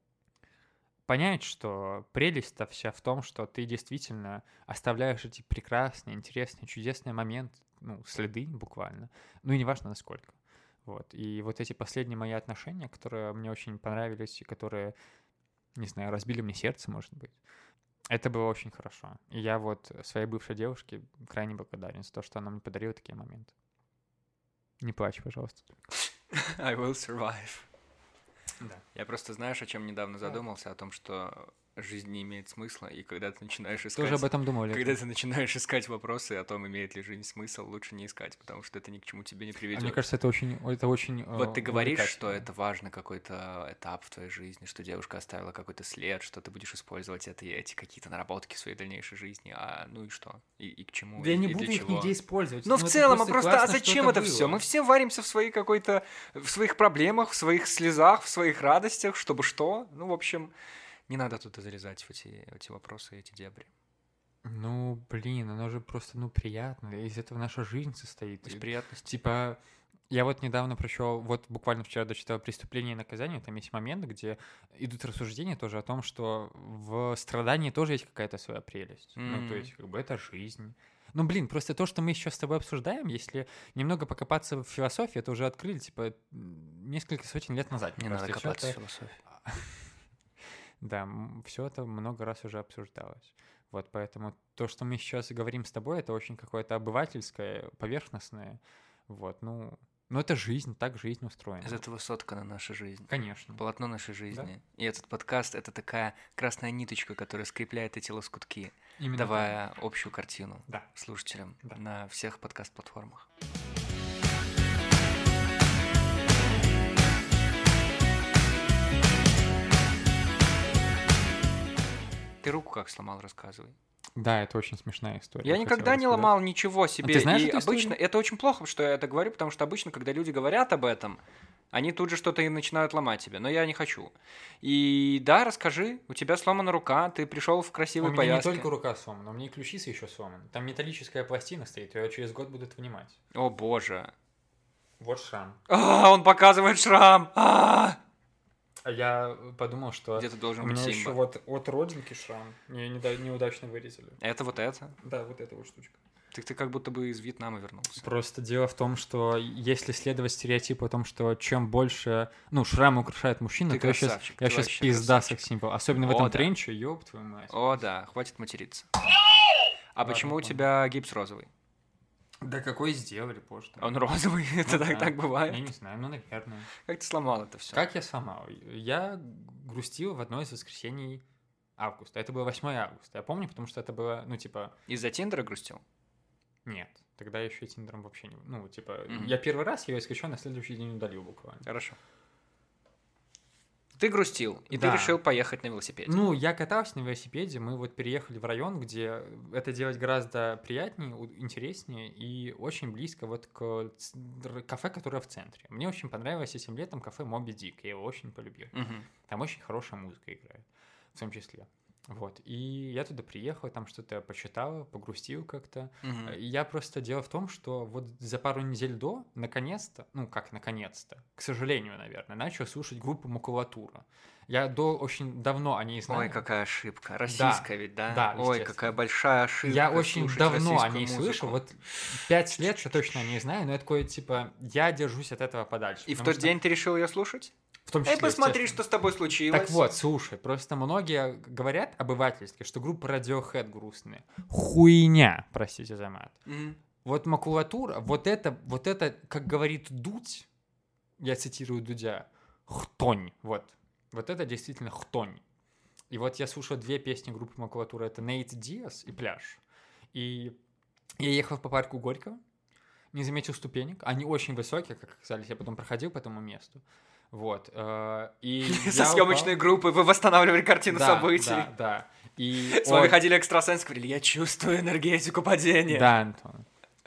понять, что прелесть-то вся в том, что ты действительно оставляешь эти прекрасные, интересные, чудесные моменты, ну, следы буквально. Ну и неважно насколько. Вот. И вот эти последние мои отношения, которые мне очень понравились и которые, не знаю, разбили мне сердце, может быть, это было очень хорошо. И я вот своей бывшей девушке крайне благодарен за то, что она мне подарила такие моменты. Не плачь, пожалуйста. I will survive. Да. Я просто, знаешь, о чем недавно задумался? О том, что жизнь не имеет смысла, и когда ты начинаешь искать... Тоже об этом думали. Когда ты начинаешь искать вопросы о том, имеет ли жизнь смысл, лучше не искать, потому что это ни к чему тебе не А приведет. мне кажется, это очень, это очень. Вот ты э, говоришь, увлекательно. что это важно, какой-то этап в твоей жизни, что девушка оставила какой-то след, что ты будешь использовать это, эти какие-то наработки в своей дальнейшей жизни. А ну и что? И, и к чему? Да я и, не и буду для их чего? нигде использовать. Ну, в это целом, а просто, а классно, что зачем это все? было. Мы все варимся в своей какой-то, в своих проблемах, в своих слезах, в своих радостях, чтобы что? Ну, в общем, не надо туда залезать в эти, в эти вопросы, эти дебри. Ну, блин, оно же просто, ну, приятно. Из этого наша жизнь состоит. Из И, приятностей. Типа, я вот недавно прочел, вот буквально вчера дочитал «Преступление и наказание», там есть момент, где идут рассуждения тоже о том, что в страдании тоже есть какая-то своя прелесть. Ну, то М. есть, как бы, это жизнь. Ну, блин, просто то, что мы сейчас с тобой обсуждаем, если немного покопаться в философии, это уже открыли, типа, м, несколько сотен лет назад. мне Не надо кажется, и всё копаться в это- философии. Да, все это много раз уже обсуждалось. Вот, поэтому то, что мы сейчас говорим с тобой, это очень какое-то обывательское, поверхностное. Вот, ну, ну это жизнь, так жизнь устроена. Из этого соткана наша жизнь. Конечно. Полотно нашей жизни. И этот подкаст — это такая красная ниточка, которая скрепляет эти лоскутки, Именно так. давая общую картину Да. слушателям Да. на всех подкаст-платформах. Ты руку как сломал, рассказывай. Да, это очень смешная история. Я хотел никогда не рассказать. ломал ничего себе. ты знаешь и эту обычно историю? это очень плохо, что я это говорю, потому что обычно, когда люди говорят об этом, они тут же что-то и начинают ломать тебе, но я не хочу. И да, расскажи, у тебя сломана рука, ты пришел в У красивой меня повязке. не только рука сломана, у меня и ключица еще сломана. Там металлическая пластина стоит, ее через год будут вынимать. О боже. Вот шрам. А, он показывает шрам. А! А я подумал, что Где-то должен у быть меня Симба. еще вот от родинки шрам. Мне неда- неудачно вырезали. Это вот это. Да, вот эта вот штучка. Ты, ты как будто бы из Вьетнама вернулся. Просто дело в том, что если следовать стереотипу о том, что чем больше, ну, шрамы украшают мужчину, Ты то я сейчас, красавчик, я ты сейчас вообще пизда красавчик. секс-символ. Особенно в О, этом да. тренче, ёб твою мать. О, да, хватит материться. А Ладно, почему у ладно. тебя гипс розовый? Да какой сделали позже? Он розовый, это Ну так, да. так бывает. Я не знаю, ну, наверное. Как ты сломал это все? Как я сломал? Я грустил в одно из воскресений августа. Это было восьмое августа. Я помню, потому что это было, ну, типа, Из-за Тиндера грустил? нет. Тогда я еще и Тиндером вообще не... Ну, типа, Мгм. я первый раз его скачал, на следующий день удалил буквально. Хорошо. Ты грустил, и Да. ты решил поехать на велосипеде. Ну, я катался на велосипеде, мы вот переехали в район, где это делать гораздо приятнее, у- интереснее и очень близко вот к ц- р- кафе, которое в центре. Мне очень понравилось этим летом кафе Моби Дик, я его очень полюбил. Мгм. Там очень хорошая музыка играет, в том числе. Вот, и я туда приехал, там что-то почитал, погрустил как-то. Мгм. И Я просто дело в том, что вот за пару недель до, наконец-то, ну как наконец-то, к сожалению, наверное, начал слушать группу Макулатура. Я до очень давно о ней знаю. Ой, какая ошибка. Российская ведь, да? да, Ой, естественно. какая большая ошибка. Я очень слушать давно о российскую ней музыку. слышал, вот пять лет я точно о ней знаю, но я такой, типа, я держусь от этого подальше. И в потому тот что- день ты решил ее слушать? В том числе, Эй, посмотри, естественно. что с тобой случилось. Так вот, слушай, просто многие говорят обывательски, что группа Radiohead грустная. Хуйня, простите за мат. Мгм. Вот макулатура, вот это, вот это, как говорит Дудь, я цитирую Дудя, хтонь, вот. Вот это действительно хтонь. И вот я слушал две песни группы макулатура, это Нейт Диас и Пляж. И я ехал по парку Горького, не заметил ступенек, они очень высокие, как оказалось, я потом проходил по этому месту. Вот. И со съемочной группы вы восстанавливали картину событий. Да, да. И с вами ходили экстрасенсы, говорили, я чувствую энергетику падения. Да, Антон.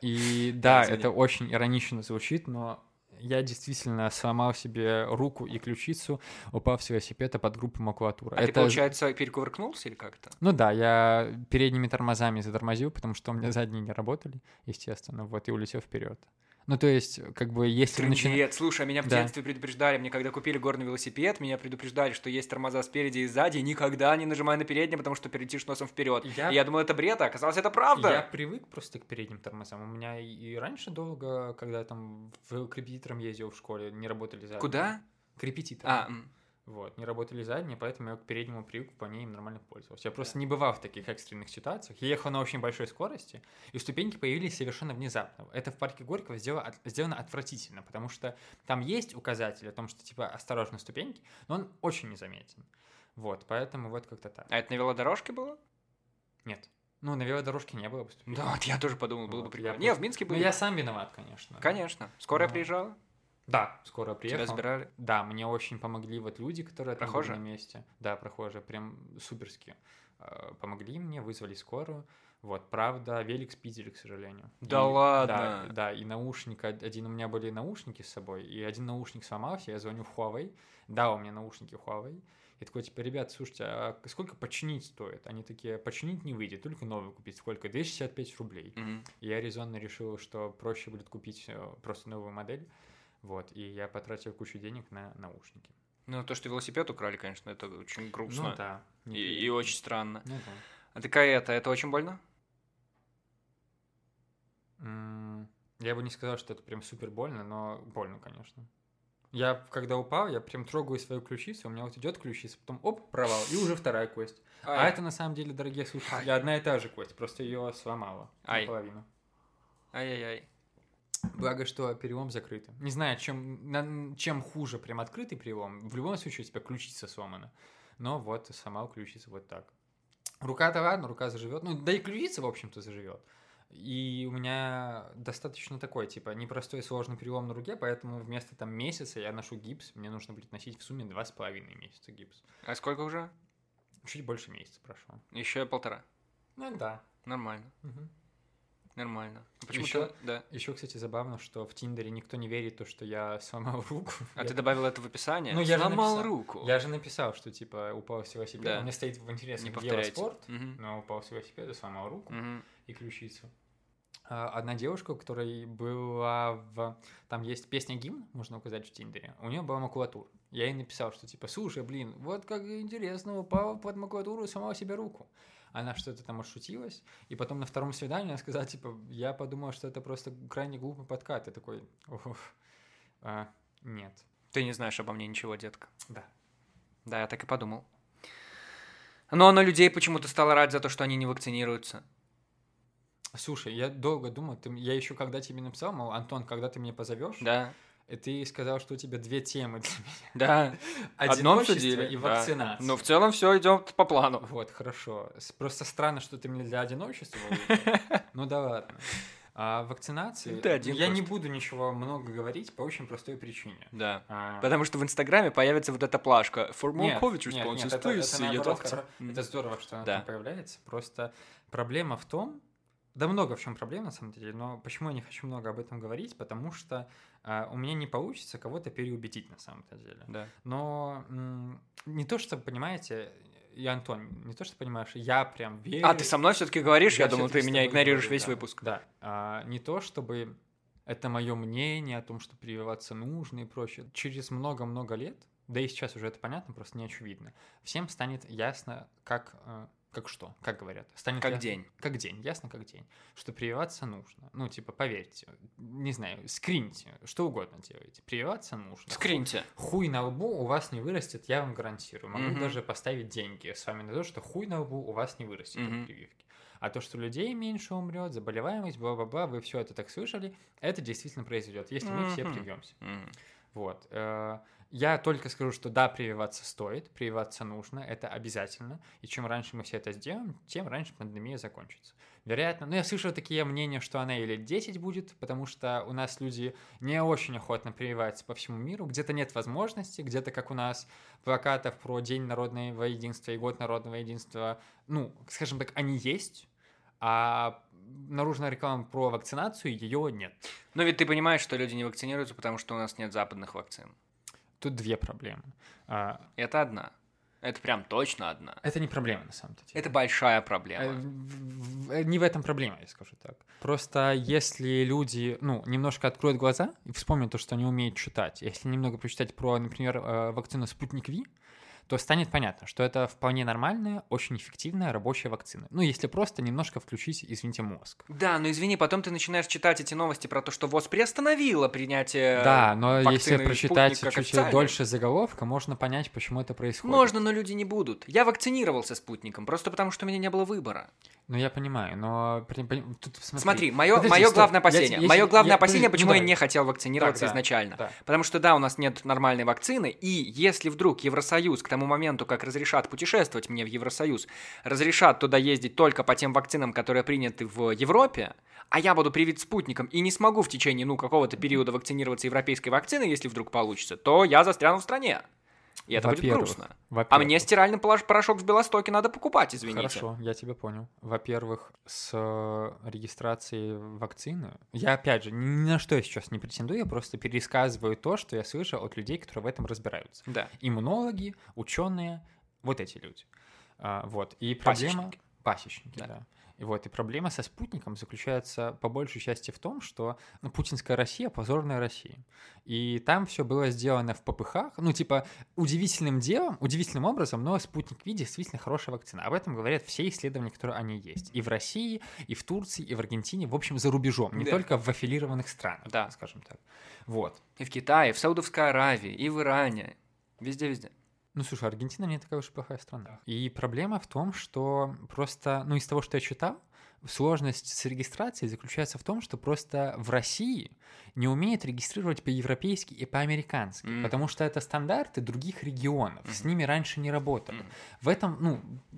И да, это очень иронично звучит, но я действительно сломал себе руку и ключицу, упав с велосипеда под группу макулатура. А это... ты, получается, перекувыркнулся или как-то? Ну да, я передними тормозами затормозил, потому что у меня задние не работали, естественно, вот, и улетел вперед. Ну, то есть, как бы, если... Начина... Слушай, меня в да. детстве предупреждали, мне когда купили горный велосипед, меня предупреждали, что есть тормоза спереди и сзади, и никогда не нажимай на переднее, потому что перейдешь носом вперед. Я... И я думал, это бред, а оказалось, это правда. Я привык просто к передним тормозам. У меня и раньше долго, когда я там к репетиторам ездил в школе, не работали задние. Куда? К репетиторам. А, Вот, не работали задние, поэтому я к переднему привык, по ней им нормально пользовался. Я просто не бывал в таких экстренных ситуациях. Я ехал на очень большой скорости, и ступеньки появились совершенно внезапно. Это в парке Горького сделано, сделано отвратительно, потому что там есть указатель о том, что, типа, осторожно, ступеньки, но он очень незаметен. Вот, поэтому вот как-то так. А это на велодорожке было? Нет. Ну, на велодорожке не было бы ступенек. Да, вот я тоже подумал, было вот, бы прикольно. Не, просто... в Минске было. Ну, я сам виноват, конечно. Конечно. Скорая но... приезжала? Да, скоро приехал. Тебя забирали? Да, мне очень помогли вот люди, которые прохожие? на месте. Да, прохожие, прям суперски э, помогли мне, вызвали скорую. Вот, правда, велик спидили, к сожалению. Да и, ладно? Да, да, и наушник, один у меня были наушники с собой, и один наушник сломался, я звоню в Huawei. Да, у меня наушники Huawei. И такой, типа, ребят, слушайте, а сколько починить стоит? Они такие, починить не выйдет, только новый купить. Сколько? двести шестьдесят пять рублей. Mm-hmm. И я резонно решил, что проще будет купить просто новую модель. Вот, и я потратил кучу денег на наушники. Ну, то, что велосипед украли, конечно, это очень грустно. Ну, да. И, и очень странно. Ну, да. А такая это, это очень больно? М- я бы не сказал, что это прям супер больно, но больно, конечно. Я, когда упал, я прям трогаю свою ключицу, у меня вот идет ключица, потом оп, провал, и уже вторая кость. Ай. А это, на самом деле, дорогие слушатели, одна и та же кость, просто ее сломала наполовину. Ай-яй-яй. Благо, что перелом закрытый. Не знаю, чем, чем хуже прям открытый перелом. В любом случае у тебя ключица сломана. Но вот сломал ключицу вот так. Рука-то ладно, рука заживет. Ну, да и ключица, в общем-то, заживет. И у меня достаточно такой, типа, непростой сложный перелом на руке, поэтому вместо там месяца я ношу гипс. Мне нужно будет носить в сумме два с половиной месяца гипс. А сколько уже? Чуть больше месяца прошло. Еще полтора? Ну, да. Нормально. Угу. Нормально. Почему еще, ты... да. еще, кстати, забавно, что в Тиндере никто не верит в то, что я сломал руку. А я... ты добавил это в описание? Ну, я сломал же написал, руку. Я же написал, что, типа, упал с велосипеда. Да. У меня стоит в интересе не велоспорт, угу. но упал с велосипеда, сломал руку угу. и ключицу. Одна девушка, у которой была в... Там есть песня «Гимн», можно указать в Тиндере. У нее была макулатура. Я ей написал, что, типа, слушай, блин, вот как интересно, упал под макулатуру и сломал себе руку. Она что-то там отшутилась, и потом на втором свидании она сказала, типа, я подумала, что это просто крайне глупый подкат. Я такой, уф, а, нет. Ты не знаешь обо мне ничего, детка. Да. Да, я так и подумал. Но на людей почему-то стало рад за то, что они не вакцинируются. Слушай, я долго думал, ты, я еще когда тебе написал, мол, Антон, когда ты меня позовешь? Да. И ты сказал, что у тебя две темы для меня. Да. Одиночество и вакцинация. Да. Но в целом все идет по плану. Вот, хорошо. Просто странно, что ты мне для одиночества выбрал. Ну да ладно. А вакцинации... Ты один я просто. не буду ничего много говорить по очень простой причине. Да. А... Потому что в Инстаграме появится вот эта плашка. For more нет, COVID нет, responses, нет, это, please. это, наоборот, хоро... mm. это здорово, что она да. там появляется. Просто проблема в том... Да много в чем проблем, на самом деле, но почему я не хочу много об этом говорить? Потому что э, у меня не получится кого-то переубедить, на самом-то деле. Да. Но м- не то, что, понимаете, и Антон, не то, что понимаешь, я прям верю... А, ты со мной все-таки говоришь? Я, я думал, ты меня игнорируешь говорю, весь да. выпуск. Да. А, не то, чтобы это мое мнение о том, что прививаться нужно и прочее. Через много-много лет, да и сейчас уже это понятно, просто не очевидно, всем станет ясно, как... Как что? Как говорят? Станет как ясно, день. Как день, ясно как день. Что прививаться нужно. Ну, типа, поверьте, не знаю, скриньте, что угодно делайте. Прививаться нужно. Скриньте. Хуй на лбу у вас не вырастет, я вам гарантирую. Могу mm-hmm. даже поставить деньги с вами на то, что хуй на лбу у вас не вырастет mm-hmm. от прививки. А то, что людей меньше умрет, заболеваемость, бла-бла-бла, вы все это так слышали, это действительно произойдет, если мы все привьемся. Вот. Я только скажу, что да, прививаться стоит, прививаться нужно, это обязательно. И чем раньше мы все это сделаем, тем раньше пандемия закончится. Вероятно, ну я слышал такие мнения, что она и лет десять будет, потому что у нас люди не очень охотно прививаются по всему миру, где-то нет возможности, где-то как у нас плакатов про День народного единства и Год народного единства, ну, скажем так, они есть, а наружная реклама про вакцинацию, ее нет. Но ведь ты понимаешь, что люди не вакцинируются, потому что у нас нет западных вакцин. Тут две проблемы. Это одна. Это прям точно одна. Это не проблема, на самом деле. Это большая проблема. Не в этом проблема, я скажу так. Просто если люди, ну, немножко откроют глаза и вспомнят то, что они умеют читать, если немного прочитать про, например, вакцину «Спутник Ви», то станет понятно, что это вполне нормальная, очень эффективная рабочая вакцина. Ну, если просто немножко включить, извините, мозг. Да, но извини, потом ты начинаешь читать эти новости про то, что ВОЗ приостановила принятие Да, но если прочитать чуть-чуть дольше официальной... заголовка, можно понять, почему это происходит. Можно, но люди не будут. Я вакцинировался «Спутником», просто потому что у меня не было выбора. Ну, я понимаю, но... Тут, смотри, смотри мое, подожди, мое главное опасение. Я, мое главное я, опасение, подожди, почему ну, я не хотел вакцинироваться так, изначально. Да, да. Потому что, да, у нас нет нормальной вакцины, и если вдруг Евросоюз к тому моменту, как разрешат путешествовать мне в Евросоюз, разрешат туда ездить только по тем вакцинам, которые приняты в Европе, а я буду привит «Спутником» и не смогу в течение, ну, какого-то периода вакцинироваться европейской вакциной, если вдруг получится, то я застряну в стране. И это будет грустно. А мне стиральный порошок в Белостоке надо покупать, извините. Хорошо, я тебя понял. Во-первых, с регистрацией вакцины... Я, опять же, ни на что я сейчас не претендую, я просто пересказываю то, что я слышал от людей, которые в этом разбираются. Да. Иммунологи, ученые, вот эти люди. А, вот. И проблема... Пасечники. Пасечники, да. да. И вот, и проблема со «Спутником» заключается по большей части в том, что ну, путинская Россия — позорная Россия. И там все было сделано в попыхах, ну, типа, удивительным делом, удивительным образом, но «Спутник Ви» действительно хорошая вакцина. Об этом говорят все исследования, которые они есть. И в России, и в Турции, и в Аргентине, в общем, за рубежом, не да. только в аффилированных странах, да. скажем так. Вот. И в Китае, и в Саудовской Аравии, и в Иране, везде-везде. Ну, слушай, Аргентина не такая уж и плохая страна. И проблема в том, что просто, ну, из того, что я читал, сложность с регистрацией заключается в том, что просто в России не умеют регистрировать по-европейски и по-американски, mm. потому что это стандарты других регионов, mm. с ними раньше не работали. Mm. В этом, ну,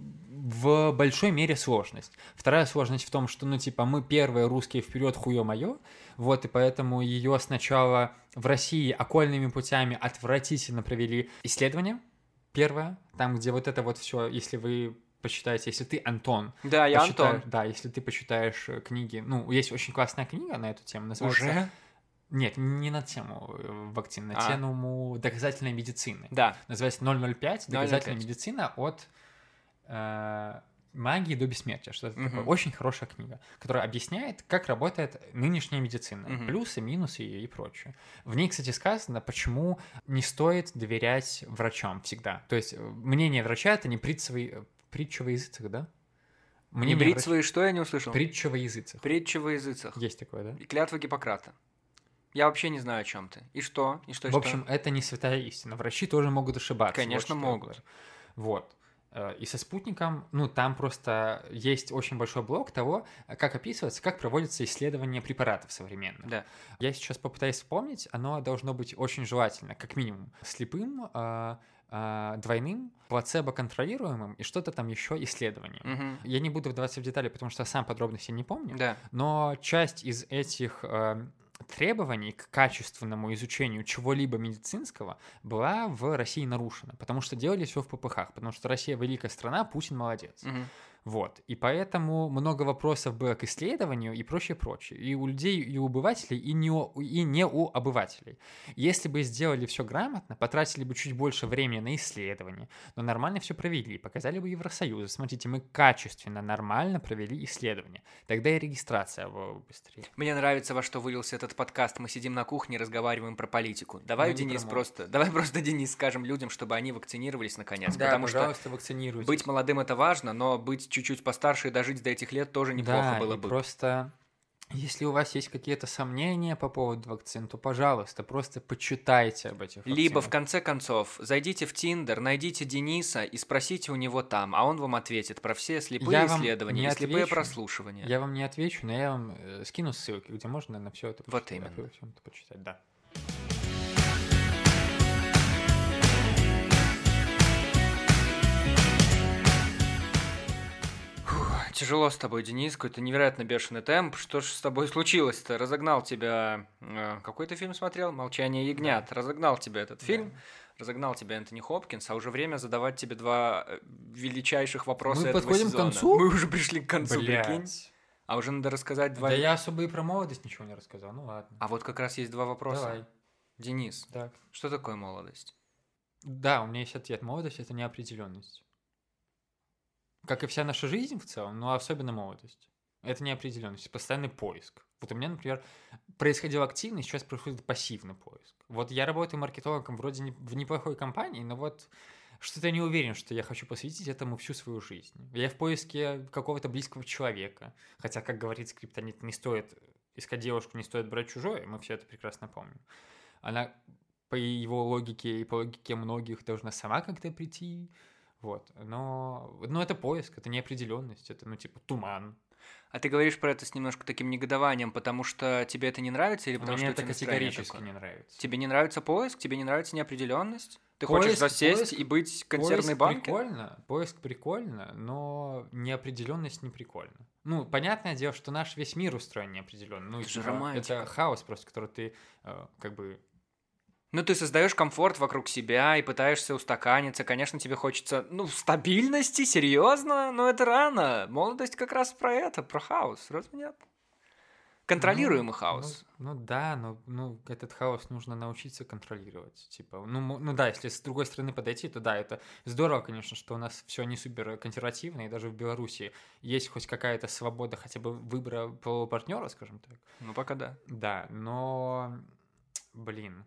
в большой мере сложность. Вторая сложность в том, что, ну, типа, мы первые русские вперед, хуё-моё, вот, и поэтому ее сначала в России окольными путями отвратительно провели исследования. Первое, там, где вот это вот все, если вы почитаете, если ты, Антон... Да, я Антон. Да, если ты почитаешь книги... Ну, есть очень классная книга на эту тему, называется... Уже? Нет, не на тему вакцин, на а. тему доказательной медицины. Да. Называется ноль ноль пять, доказательная медицина от... Э- «Магии до бессмертия», что-то uh-huh. такое. Очень хорошая книга, которая объясняет, как работает нынешняя медицина, uh-huh. плюсы, минусы и, и прочее. В ней, кстати, сказано, почему не стоит доверять врачам всегда. То есть мнение врача — это не притча во языцах, да? Мнение не притча врач... что я не услышал? Притча во языцах. Притча во языцах. Есть такое, да? И клятва Гиппократа. Я вообще не знаю, о чем ты. И что? И что? И в общем, что? это не святая истина. Врачи тоже могут ошибаться. Конечно, вот могут. Вот. И со «Спутником», ну, там просто есть очень большой блок того, как описывается, как проводятся исследования препаратов современных. Да. Я сейчас попытаюсь вспомнить, оно должно быть очень желательно, как минимум, слепым, э, э, двойным, плацебо-контролируемым и что-то там еще исследованием. Угу. Я не буду вдаваться в детали, потому что сам подробности не помню, да. но часть из этих... Э, требований к качественному изучению чего-либо медицинского была в России нарушена, потому что делали все в попыхах, потому что Россия великая страна, Путин молодец. Угу. Вот. И поэтому много вопросов было к исследованию и прочее, прочее. И у людей, и у обывателей, и не у, и не у обывателей. Если бы сделали все грамотно, потратили бы чуть больше времени на исследование, но нормально все провели, показали бы Евросоюзу. Смотрите, мы качественно, нормально провели исследование. Тогда и регистрация была бы быстрее. Мне нравится, во что вылился этот подкаст. Мы сидим на кухне, разговариваем про политику. Давай, ну, Денис, просто... Давай просто, Денис, скажем людям, чтобы они вакцинировались наконец. Да, потому пожалуйста, что вакцинируйтесь. Быть молодым — это важно, но быть чуть-чуть постарше и дожить до этих лет тоже неплохо да, было и бы. просто Если у вас есть какие-то сомнения по поводу вакцин, то, пожалуйста, просто почитайте об этих вакцинах. Либо, в конце концов, зайдите в Тиндер, найдите Дениса и спросите у него там, а он вам ответит про все слепые Я вам исследования не и слепые отвечу. прослушивания. Я вам не отвечу, но я вам э, скину ссылки, где можно на все это Вот почитать. именно. Во всем это почитать, да. Тяжело с тобой, Денис, какой-то невероятно бешеный темп. Что ж с тобой случилось-то? Разогнал тебя... э, Какой ты фильм смотрел? «Молчание ягнят». Разогнал тебя этот фильм, Да. разогнал тебя Энтони Хопкинс, а уже время задавать тебе два э, величайших вопроса Мы этого подходим к сезона. концу? Мы уже пришли к концу, прикинь. Блядь. А уже надо рассказать два... Да я особо и про молодость ничего не рассказал, ну ладно. А вот как раз есть два вопроса. Давай. Денис, Так. что такое молодость? Да, у меня есть ответ. Молодость — это неопределенность. Как и вся наша жизнь в целом, но особенно молодость. Это неопределенность, постоянный поиск. Вот у меня, например, происходил активный, сейчас происходит пассивный поиск. Вот я работаю маркетологом вроде не, в неплохой компании, но вот что-то я не уверен, что я хочу посвятить этому всю свою жизнь. Я в поиске какого-то близкого человека. Хотя, как говорит скриптонит, не стоит искать девушку, не стоит брать чужое, мы все это прекрасно помним. Она по его логике и по логике многих должна сама как-то прийти. Вот. Но, но это поиск, это неопределенность, это, ну, типа, туман. А ты говоришь про это с немножко таким негодованием, потому что тебе это не нравится или потому Мне что у это тебя настроение категорически такое? не нравится. Тебе не нравится поиск? Тебе не нравится неопределенность? Ты Поиск- хочешь засесть поиск- и быть консервной Поиск банкой? прикольно, поиск прикольно, но неопределенность не прикольно. Ну, понятное дело, что наш весь мир устроен неопределенно. Ну, Это же типа, романтика. это хаос просто, который ты э, как бы... Ну, ты создаешь комфорт вокруг себя и пытаешься устаканиться. Конечно, тебе хочется, ну, стабильности, серьезно, но это рано. Молодость как раз про это, про хаос, разве нет? Контролируемый Ну, хаос. Ну, ну да, но ну, этот хаос нужно научиться контролировать. Типа, ну, мо- ну да, если с другой стороны подойти, то да, это здорово, конечно, что у нас все не супер консервативно, и даже в Беларуси есть хоть какая-то свобода хотя бы выбора полового партнера, скажем так. Ну, пока да. Да, но, блин,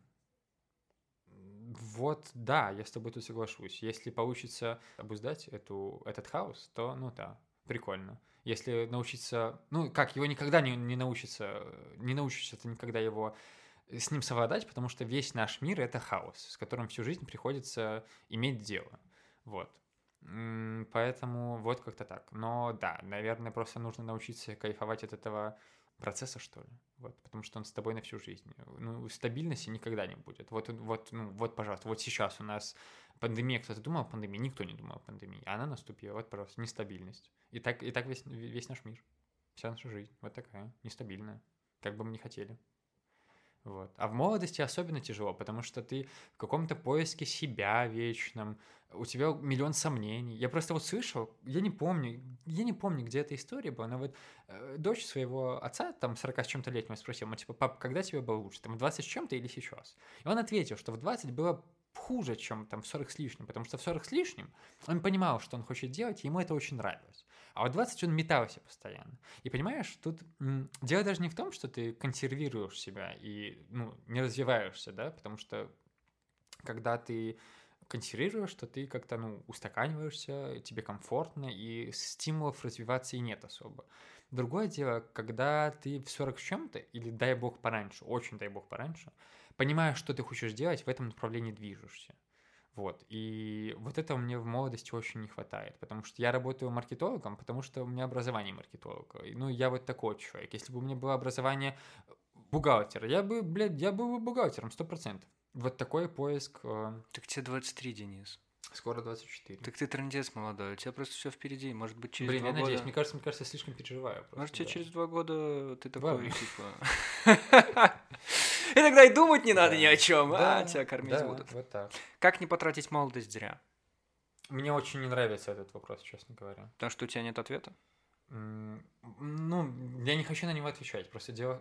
вот да, я с тобой тут соглашусь. Если получится обуздать эту, этот хаос, то, ну да, прикольно. Если научиться, ну как, его никогда не, не научится, не научишься ты никогда его с ним совладать, потому что весь наш мир — это хаос, с которым всю жизнь приходится иметь дело. Вот. М, Поэтому вот как-то так. Но да, наверное, просто нужно научиться кайфовать от этого процесса, что ли. Вот, потому что он с тобой на всю жизнь. Ну, стабильности никогда не будет. Вот, вот, ну, вот, пожалуйста, вот сейчас у нас пандемия, кто-то думал о пандемии, никто не думал о пандемии. Она наступила, вот, пожалуйста, нестабильность. И так, и так весь, весь наш мир, вся наша жизнь, вот такая, нестабильная, как бы мы ни хотели. Вот. А в молодости особенно тяжело, потому что ты в каком-то поиске себя вечном, у тебя миллион сомнений. Я просто вот слышал, я не помню, я не помню, где эта история была, но вот э, дочь своего отца, там, сорок с чем-то летнего, спросила, типа, пап, когда тебе было лучше, там, в двадцать с чем-то или сейчас? И он ответил, что в двадцать было хуже, чем там в сорок с лишним, потому что в сорок с лишним он понимал, что он хочет делать, и ему это очень нравилось. А в двадцать он метался постоянно. И понимаешь, тут м, дело даже не в том, что ты консервируешь себя и ну, не развиваешься, да, потому что когда ты консервируешь, то ты как-то ну, устаканиваешься, тебе комфортно, и стимулов развиваться и нет особо. Другое дело, когда ты в сорок с чем-то, или дай бог пораньше, очень дай бог пораньше, понимаешь, что ты хочешь делать, в этом направлении движешься. Вот, и вот этого мне в молодости очень не хватает, потому что я работаю маркетологом, потому что у меня образование маркетолога. И, ну, я вот такой человек. Если бы у меня было образование бухгалтера, я бы, блядь, я был бы бухгалтером, сто процентов. Вот такой поиск. э, Так тебе двадцать три, Денис. Скоро двадцать четыре. Так ты трындец молодой, у тебя просто все впереди. Может быть, через Блин, два я года... надеюсь, мне кажется, мне кажется, я слишком переживаю. Просто, Может, тебе да. через два года ты такой, Ладно. типа... Иногда и думать не надо Да. ни о чем, а Да, тебя кормить да, будут. вот так. Как не потратить молодость зря? Мне очень не нравится этот вопрос, честно говоря. Потому что у тебя нет ответа? М, Ну, я не хочу на него отвечать, просто дело...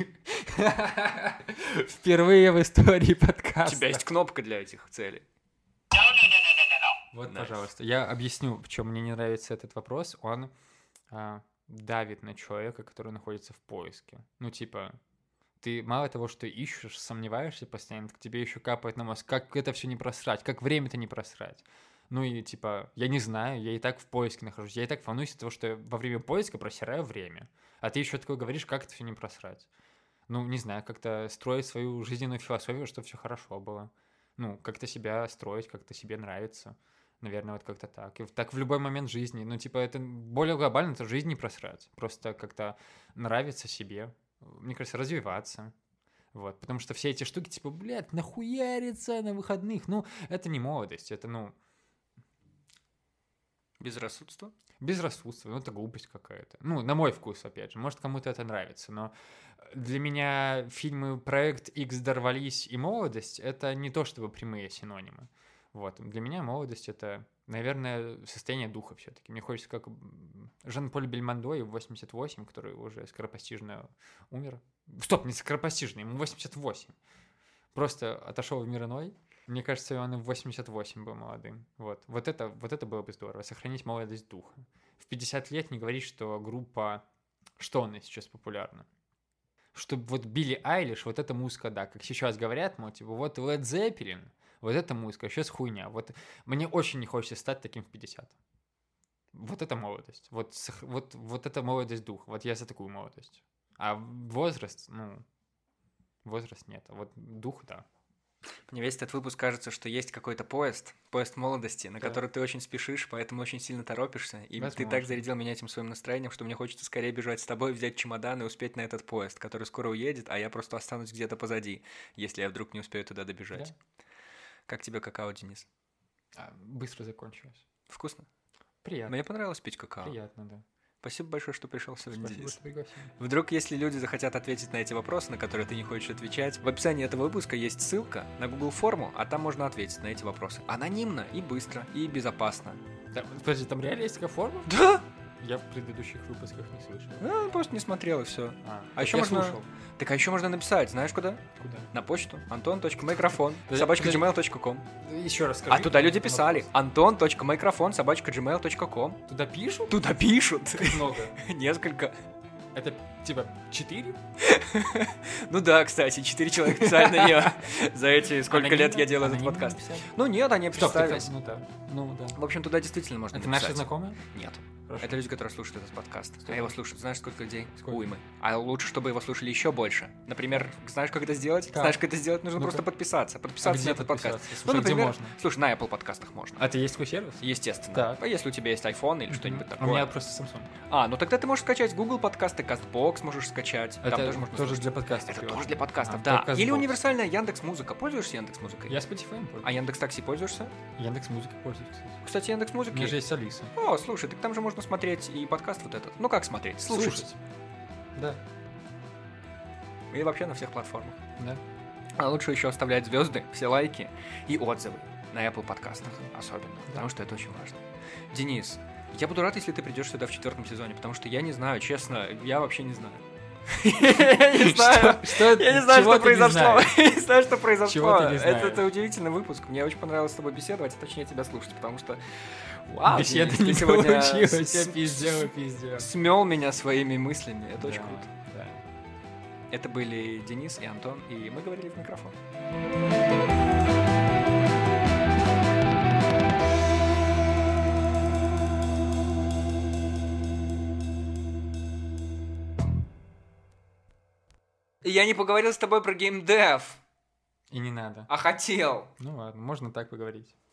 Впервые в истории У подкаста. тебя есть кнопка для этих целей. Вот, Nice. пожалуйста. Я объясню, почему мне не нравится этот вопрос. Он а, давит на человека, который находится в поиске. Ну, типа, ты мало того, что ищешь, сомневаешься постоянно, так тебе еще капает на мозг. Как это все не просрать? Как время-то не просрать? Ну и типа, я не знаю, я и так в поиске нахожусь, я и так волнуюсь от того, что я во время поиска просираю время. А ты еще такое говоришь, как это все не просрать? Ну, не знаю, как-то строить свою жизненную философию, чтобы все хорошо было. Ну, как-то себя строить, как-то себе нравится. Наверное, вот как-то так. И так в любой момент жизни. Ну, типа, это более глобально, это жизнь не просрать. Просто как-то нравится себе. Мне кажется, развиваться. Вот. Потому что все эти штуки, типа, блядь, нахуяриться на выходных. Ну, это не молодость, это, ну... Безрассудство? Безрассудство, ну, это глупость какая-то. Ну, на мой вкус, опять же. Может, кому-то это нравится, но для меня фильмы «Проект Икс», «Дорвались» и «Молодость» — это не то чтобы прямые синонимы. Вот. Для меня молодость — это, наверное, состояние духа все-таки. Мне хочется, как Жан-Поль Бельмондо в восемьдесят восемь, который уже скоропостижно умер. Стоп, не скоропостижно, ему восемьдесят восемь. Просто отошел в мир иной. Мне кажется, он и в восемьдесят восемь был молодым. Вот. Вот это, вот это было бы здорово. Сохранить молодость духа. В пятьдесят лет не говорить, что группа... Что она сейчас популярна? Чтобы вот Билли Айлиш, вот эта музыка, да, как сейчас говорят, мол, типа, вот Led Zeppelin, вот эта музыка, сейчас хуйня. Вот мне очень не хочется стать таким в пятьдесят. Вот это молодость. Вот, вот, вот это молодость духа. Вот я за такую молодость. А возраст, ну... Возраст нет. А вот дух, да. Мне весь этот выпуск кажется, что есть какой-то поезд, поезд молодости, на Да. который ты очень спешишь, поэтому очень сильно торопишься. И Возможно. ты так зарядил меня этим своим настроением, что мне хочется скорее бежать с тобой, взять чемодан и успеть на этот поезд, который скоро уедет, а я просто останусь где-то позади, если я вдруг не успею туда добежать. Да. Как тебе какао, Денис? А, быстро закончилось. Вкусно? Приятно. Мне понравилось пить какао. Приятно, да. Спасибо большое, что пришел сегодня, Спасибо, Денис. что пригласили. Вдруг, если люди захотят ответить на эти вопросы, на которые ты не хочешь отвечать, в описании этого выпуска есть ссылка на Google форму, а там можно ответить на эти вопросы. Анонимно и быстро, и безопасно. Да, подожди, там реально есть такая форма? Да! Я в предыдущих выпусках не слышал. Ну, просто не смотрел и все. А, А еще я можно... слушал. Так а еще можно написать, знаешь куда? Куда? На почту антон точка микрофон Подожди, собачка подожди. джимейл точка ком. Еще раз скажи. А туда люди вопрос. писали антон точка микрофон собачка джимейл точка ком. Туда пишут? Туда пишут. Много. Несколько. Это типа четыре? Ну да, кстати, четыре человека писали на нее за эти сколько лет я делаю этот Анонимно подкаст. написали? Ну нет, они Стоп, ты- представились. ну да. Ну да. В общем, туда действительно можно Это написать. наши знакомые? Нет. Хорошо. Это люди, которые слушают этот подкаст. Сколько? А его слушают, знаешь, сколько людей? Сколько? Уймы. А лучше, чтобы его слушали еще больше. Например, знаешь, как это сделать? Как? Знаешь, как это сделать? Нужно Ну-ка. просто подписаться. А Подписаться где на этот подкаст. подписаться? Ну, Слушай, где например, можно? слушай, на Apple подкастах можно. А ты есть такой сервис? Естественно. Так. А если у тебя есть iPhone или что-нибудь У такое. меня просто Samsung. А, ну тогда ты можешь скачать Google подкасты, CastBox можешь скачать. Там Это тоже можно тоже слушать. для подкастов. Это его. тоже для подкастов, А, да. только Или Castbox. универсальная Яндекс.Музыка. Пользуешься Яндекс.Музыкой? Я Spotify пользуюсь. А Яндекс.Такси пользуешься? Яндекс.Музыкой пользуюсь, кстати. Кстати, У меня Яндекс.Музыки. же есть Алиса. О, слушай, так там же можно смотреть и подкаст вот этот. Ну как смотреть? Слушать. Да, И вообще на всех платформах. да. А лучше еще оставлять звезды, все лайки и отзывы на Apple подкастах особенно, потому что это очень важно. Денис, я буду рад, если ты придешь сюда в четвертом сезоне, потому что я не знаю, честно, я вообще не знаю. Я не знаю. Что, Я не знаю, чего что ты не произошло. знаешь? Я не знаю, что произошло. Чего ты не Это знаешь? это удивительный выпуск. Мне очень понравилось с тобой беседовать, а точнее тебя слушать, потому что... Вау, Беседа Денис, не ты сегодня получилась. с- Я пиздел и пиздел. смел меня своими мыслями. Это очень Да, круто. да. Это были Денис и Антон, и мы говорили в микрофон. Я не поговорил с тобой про геймдев, И не надо. а хотел. Ну ладно, можно так поговорить.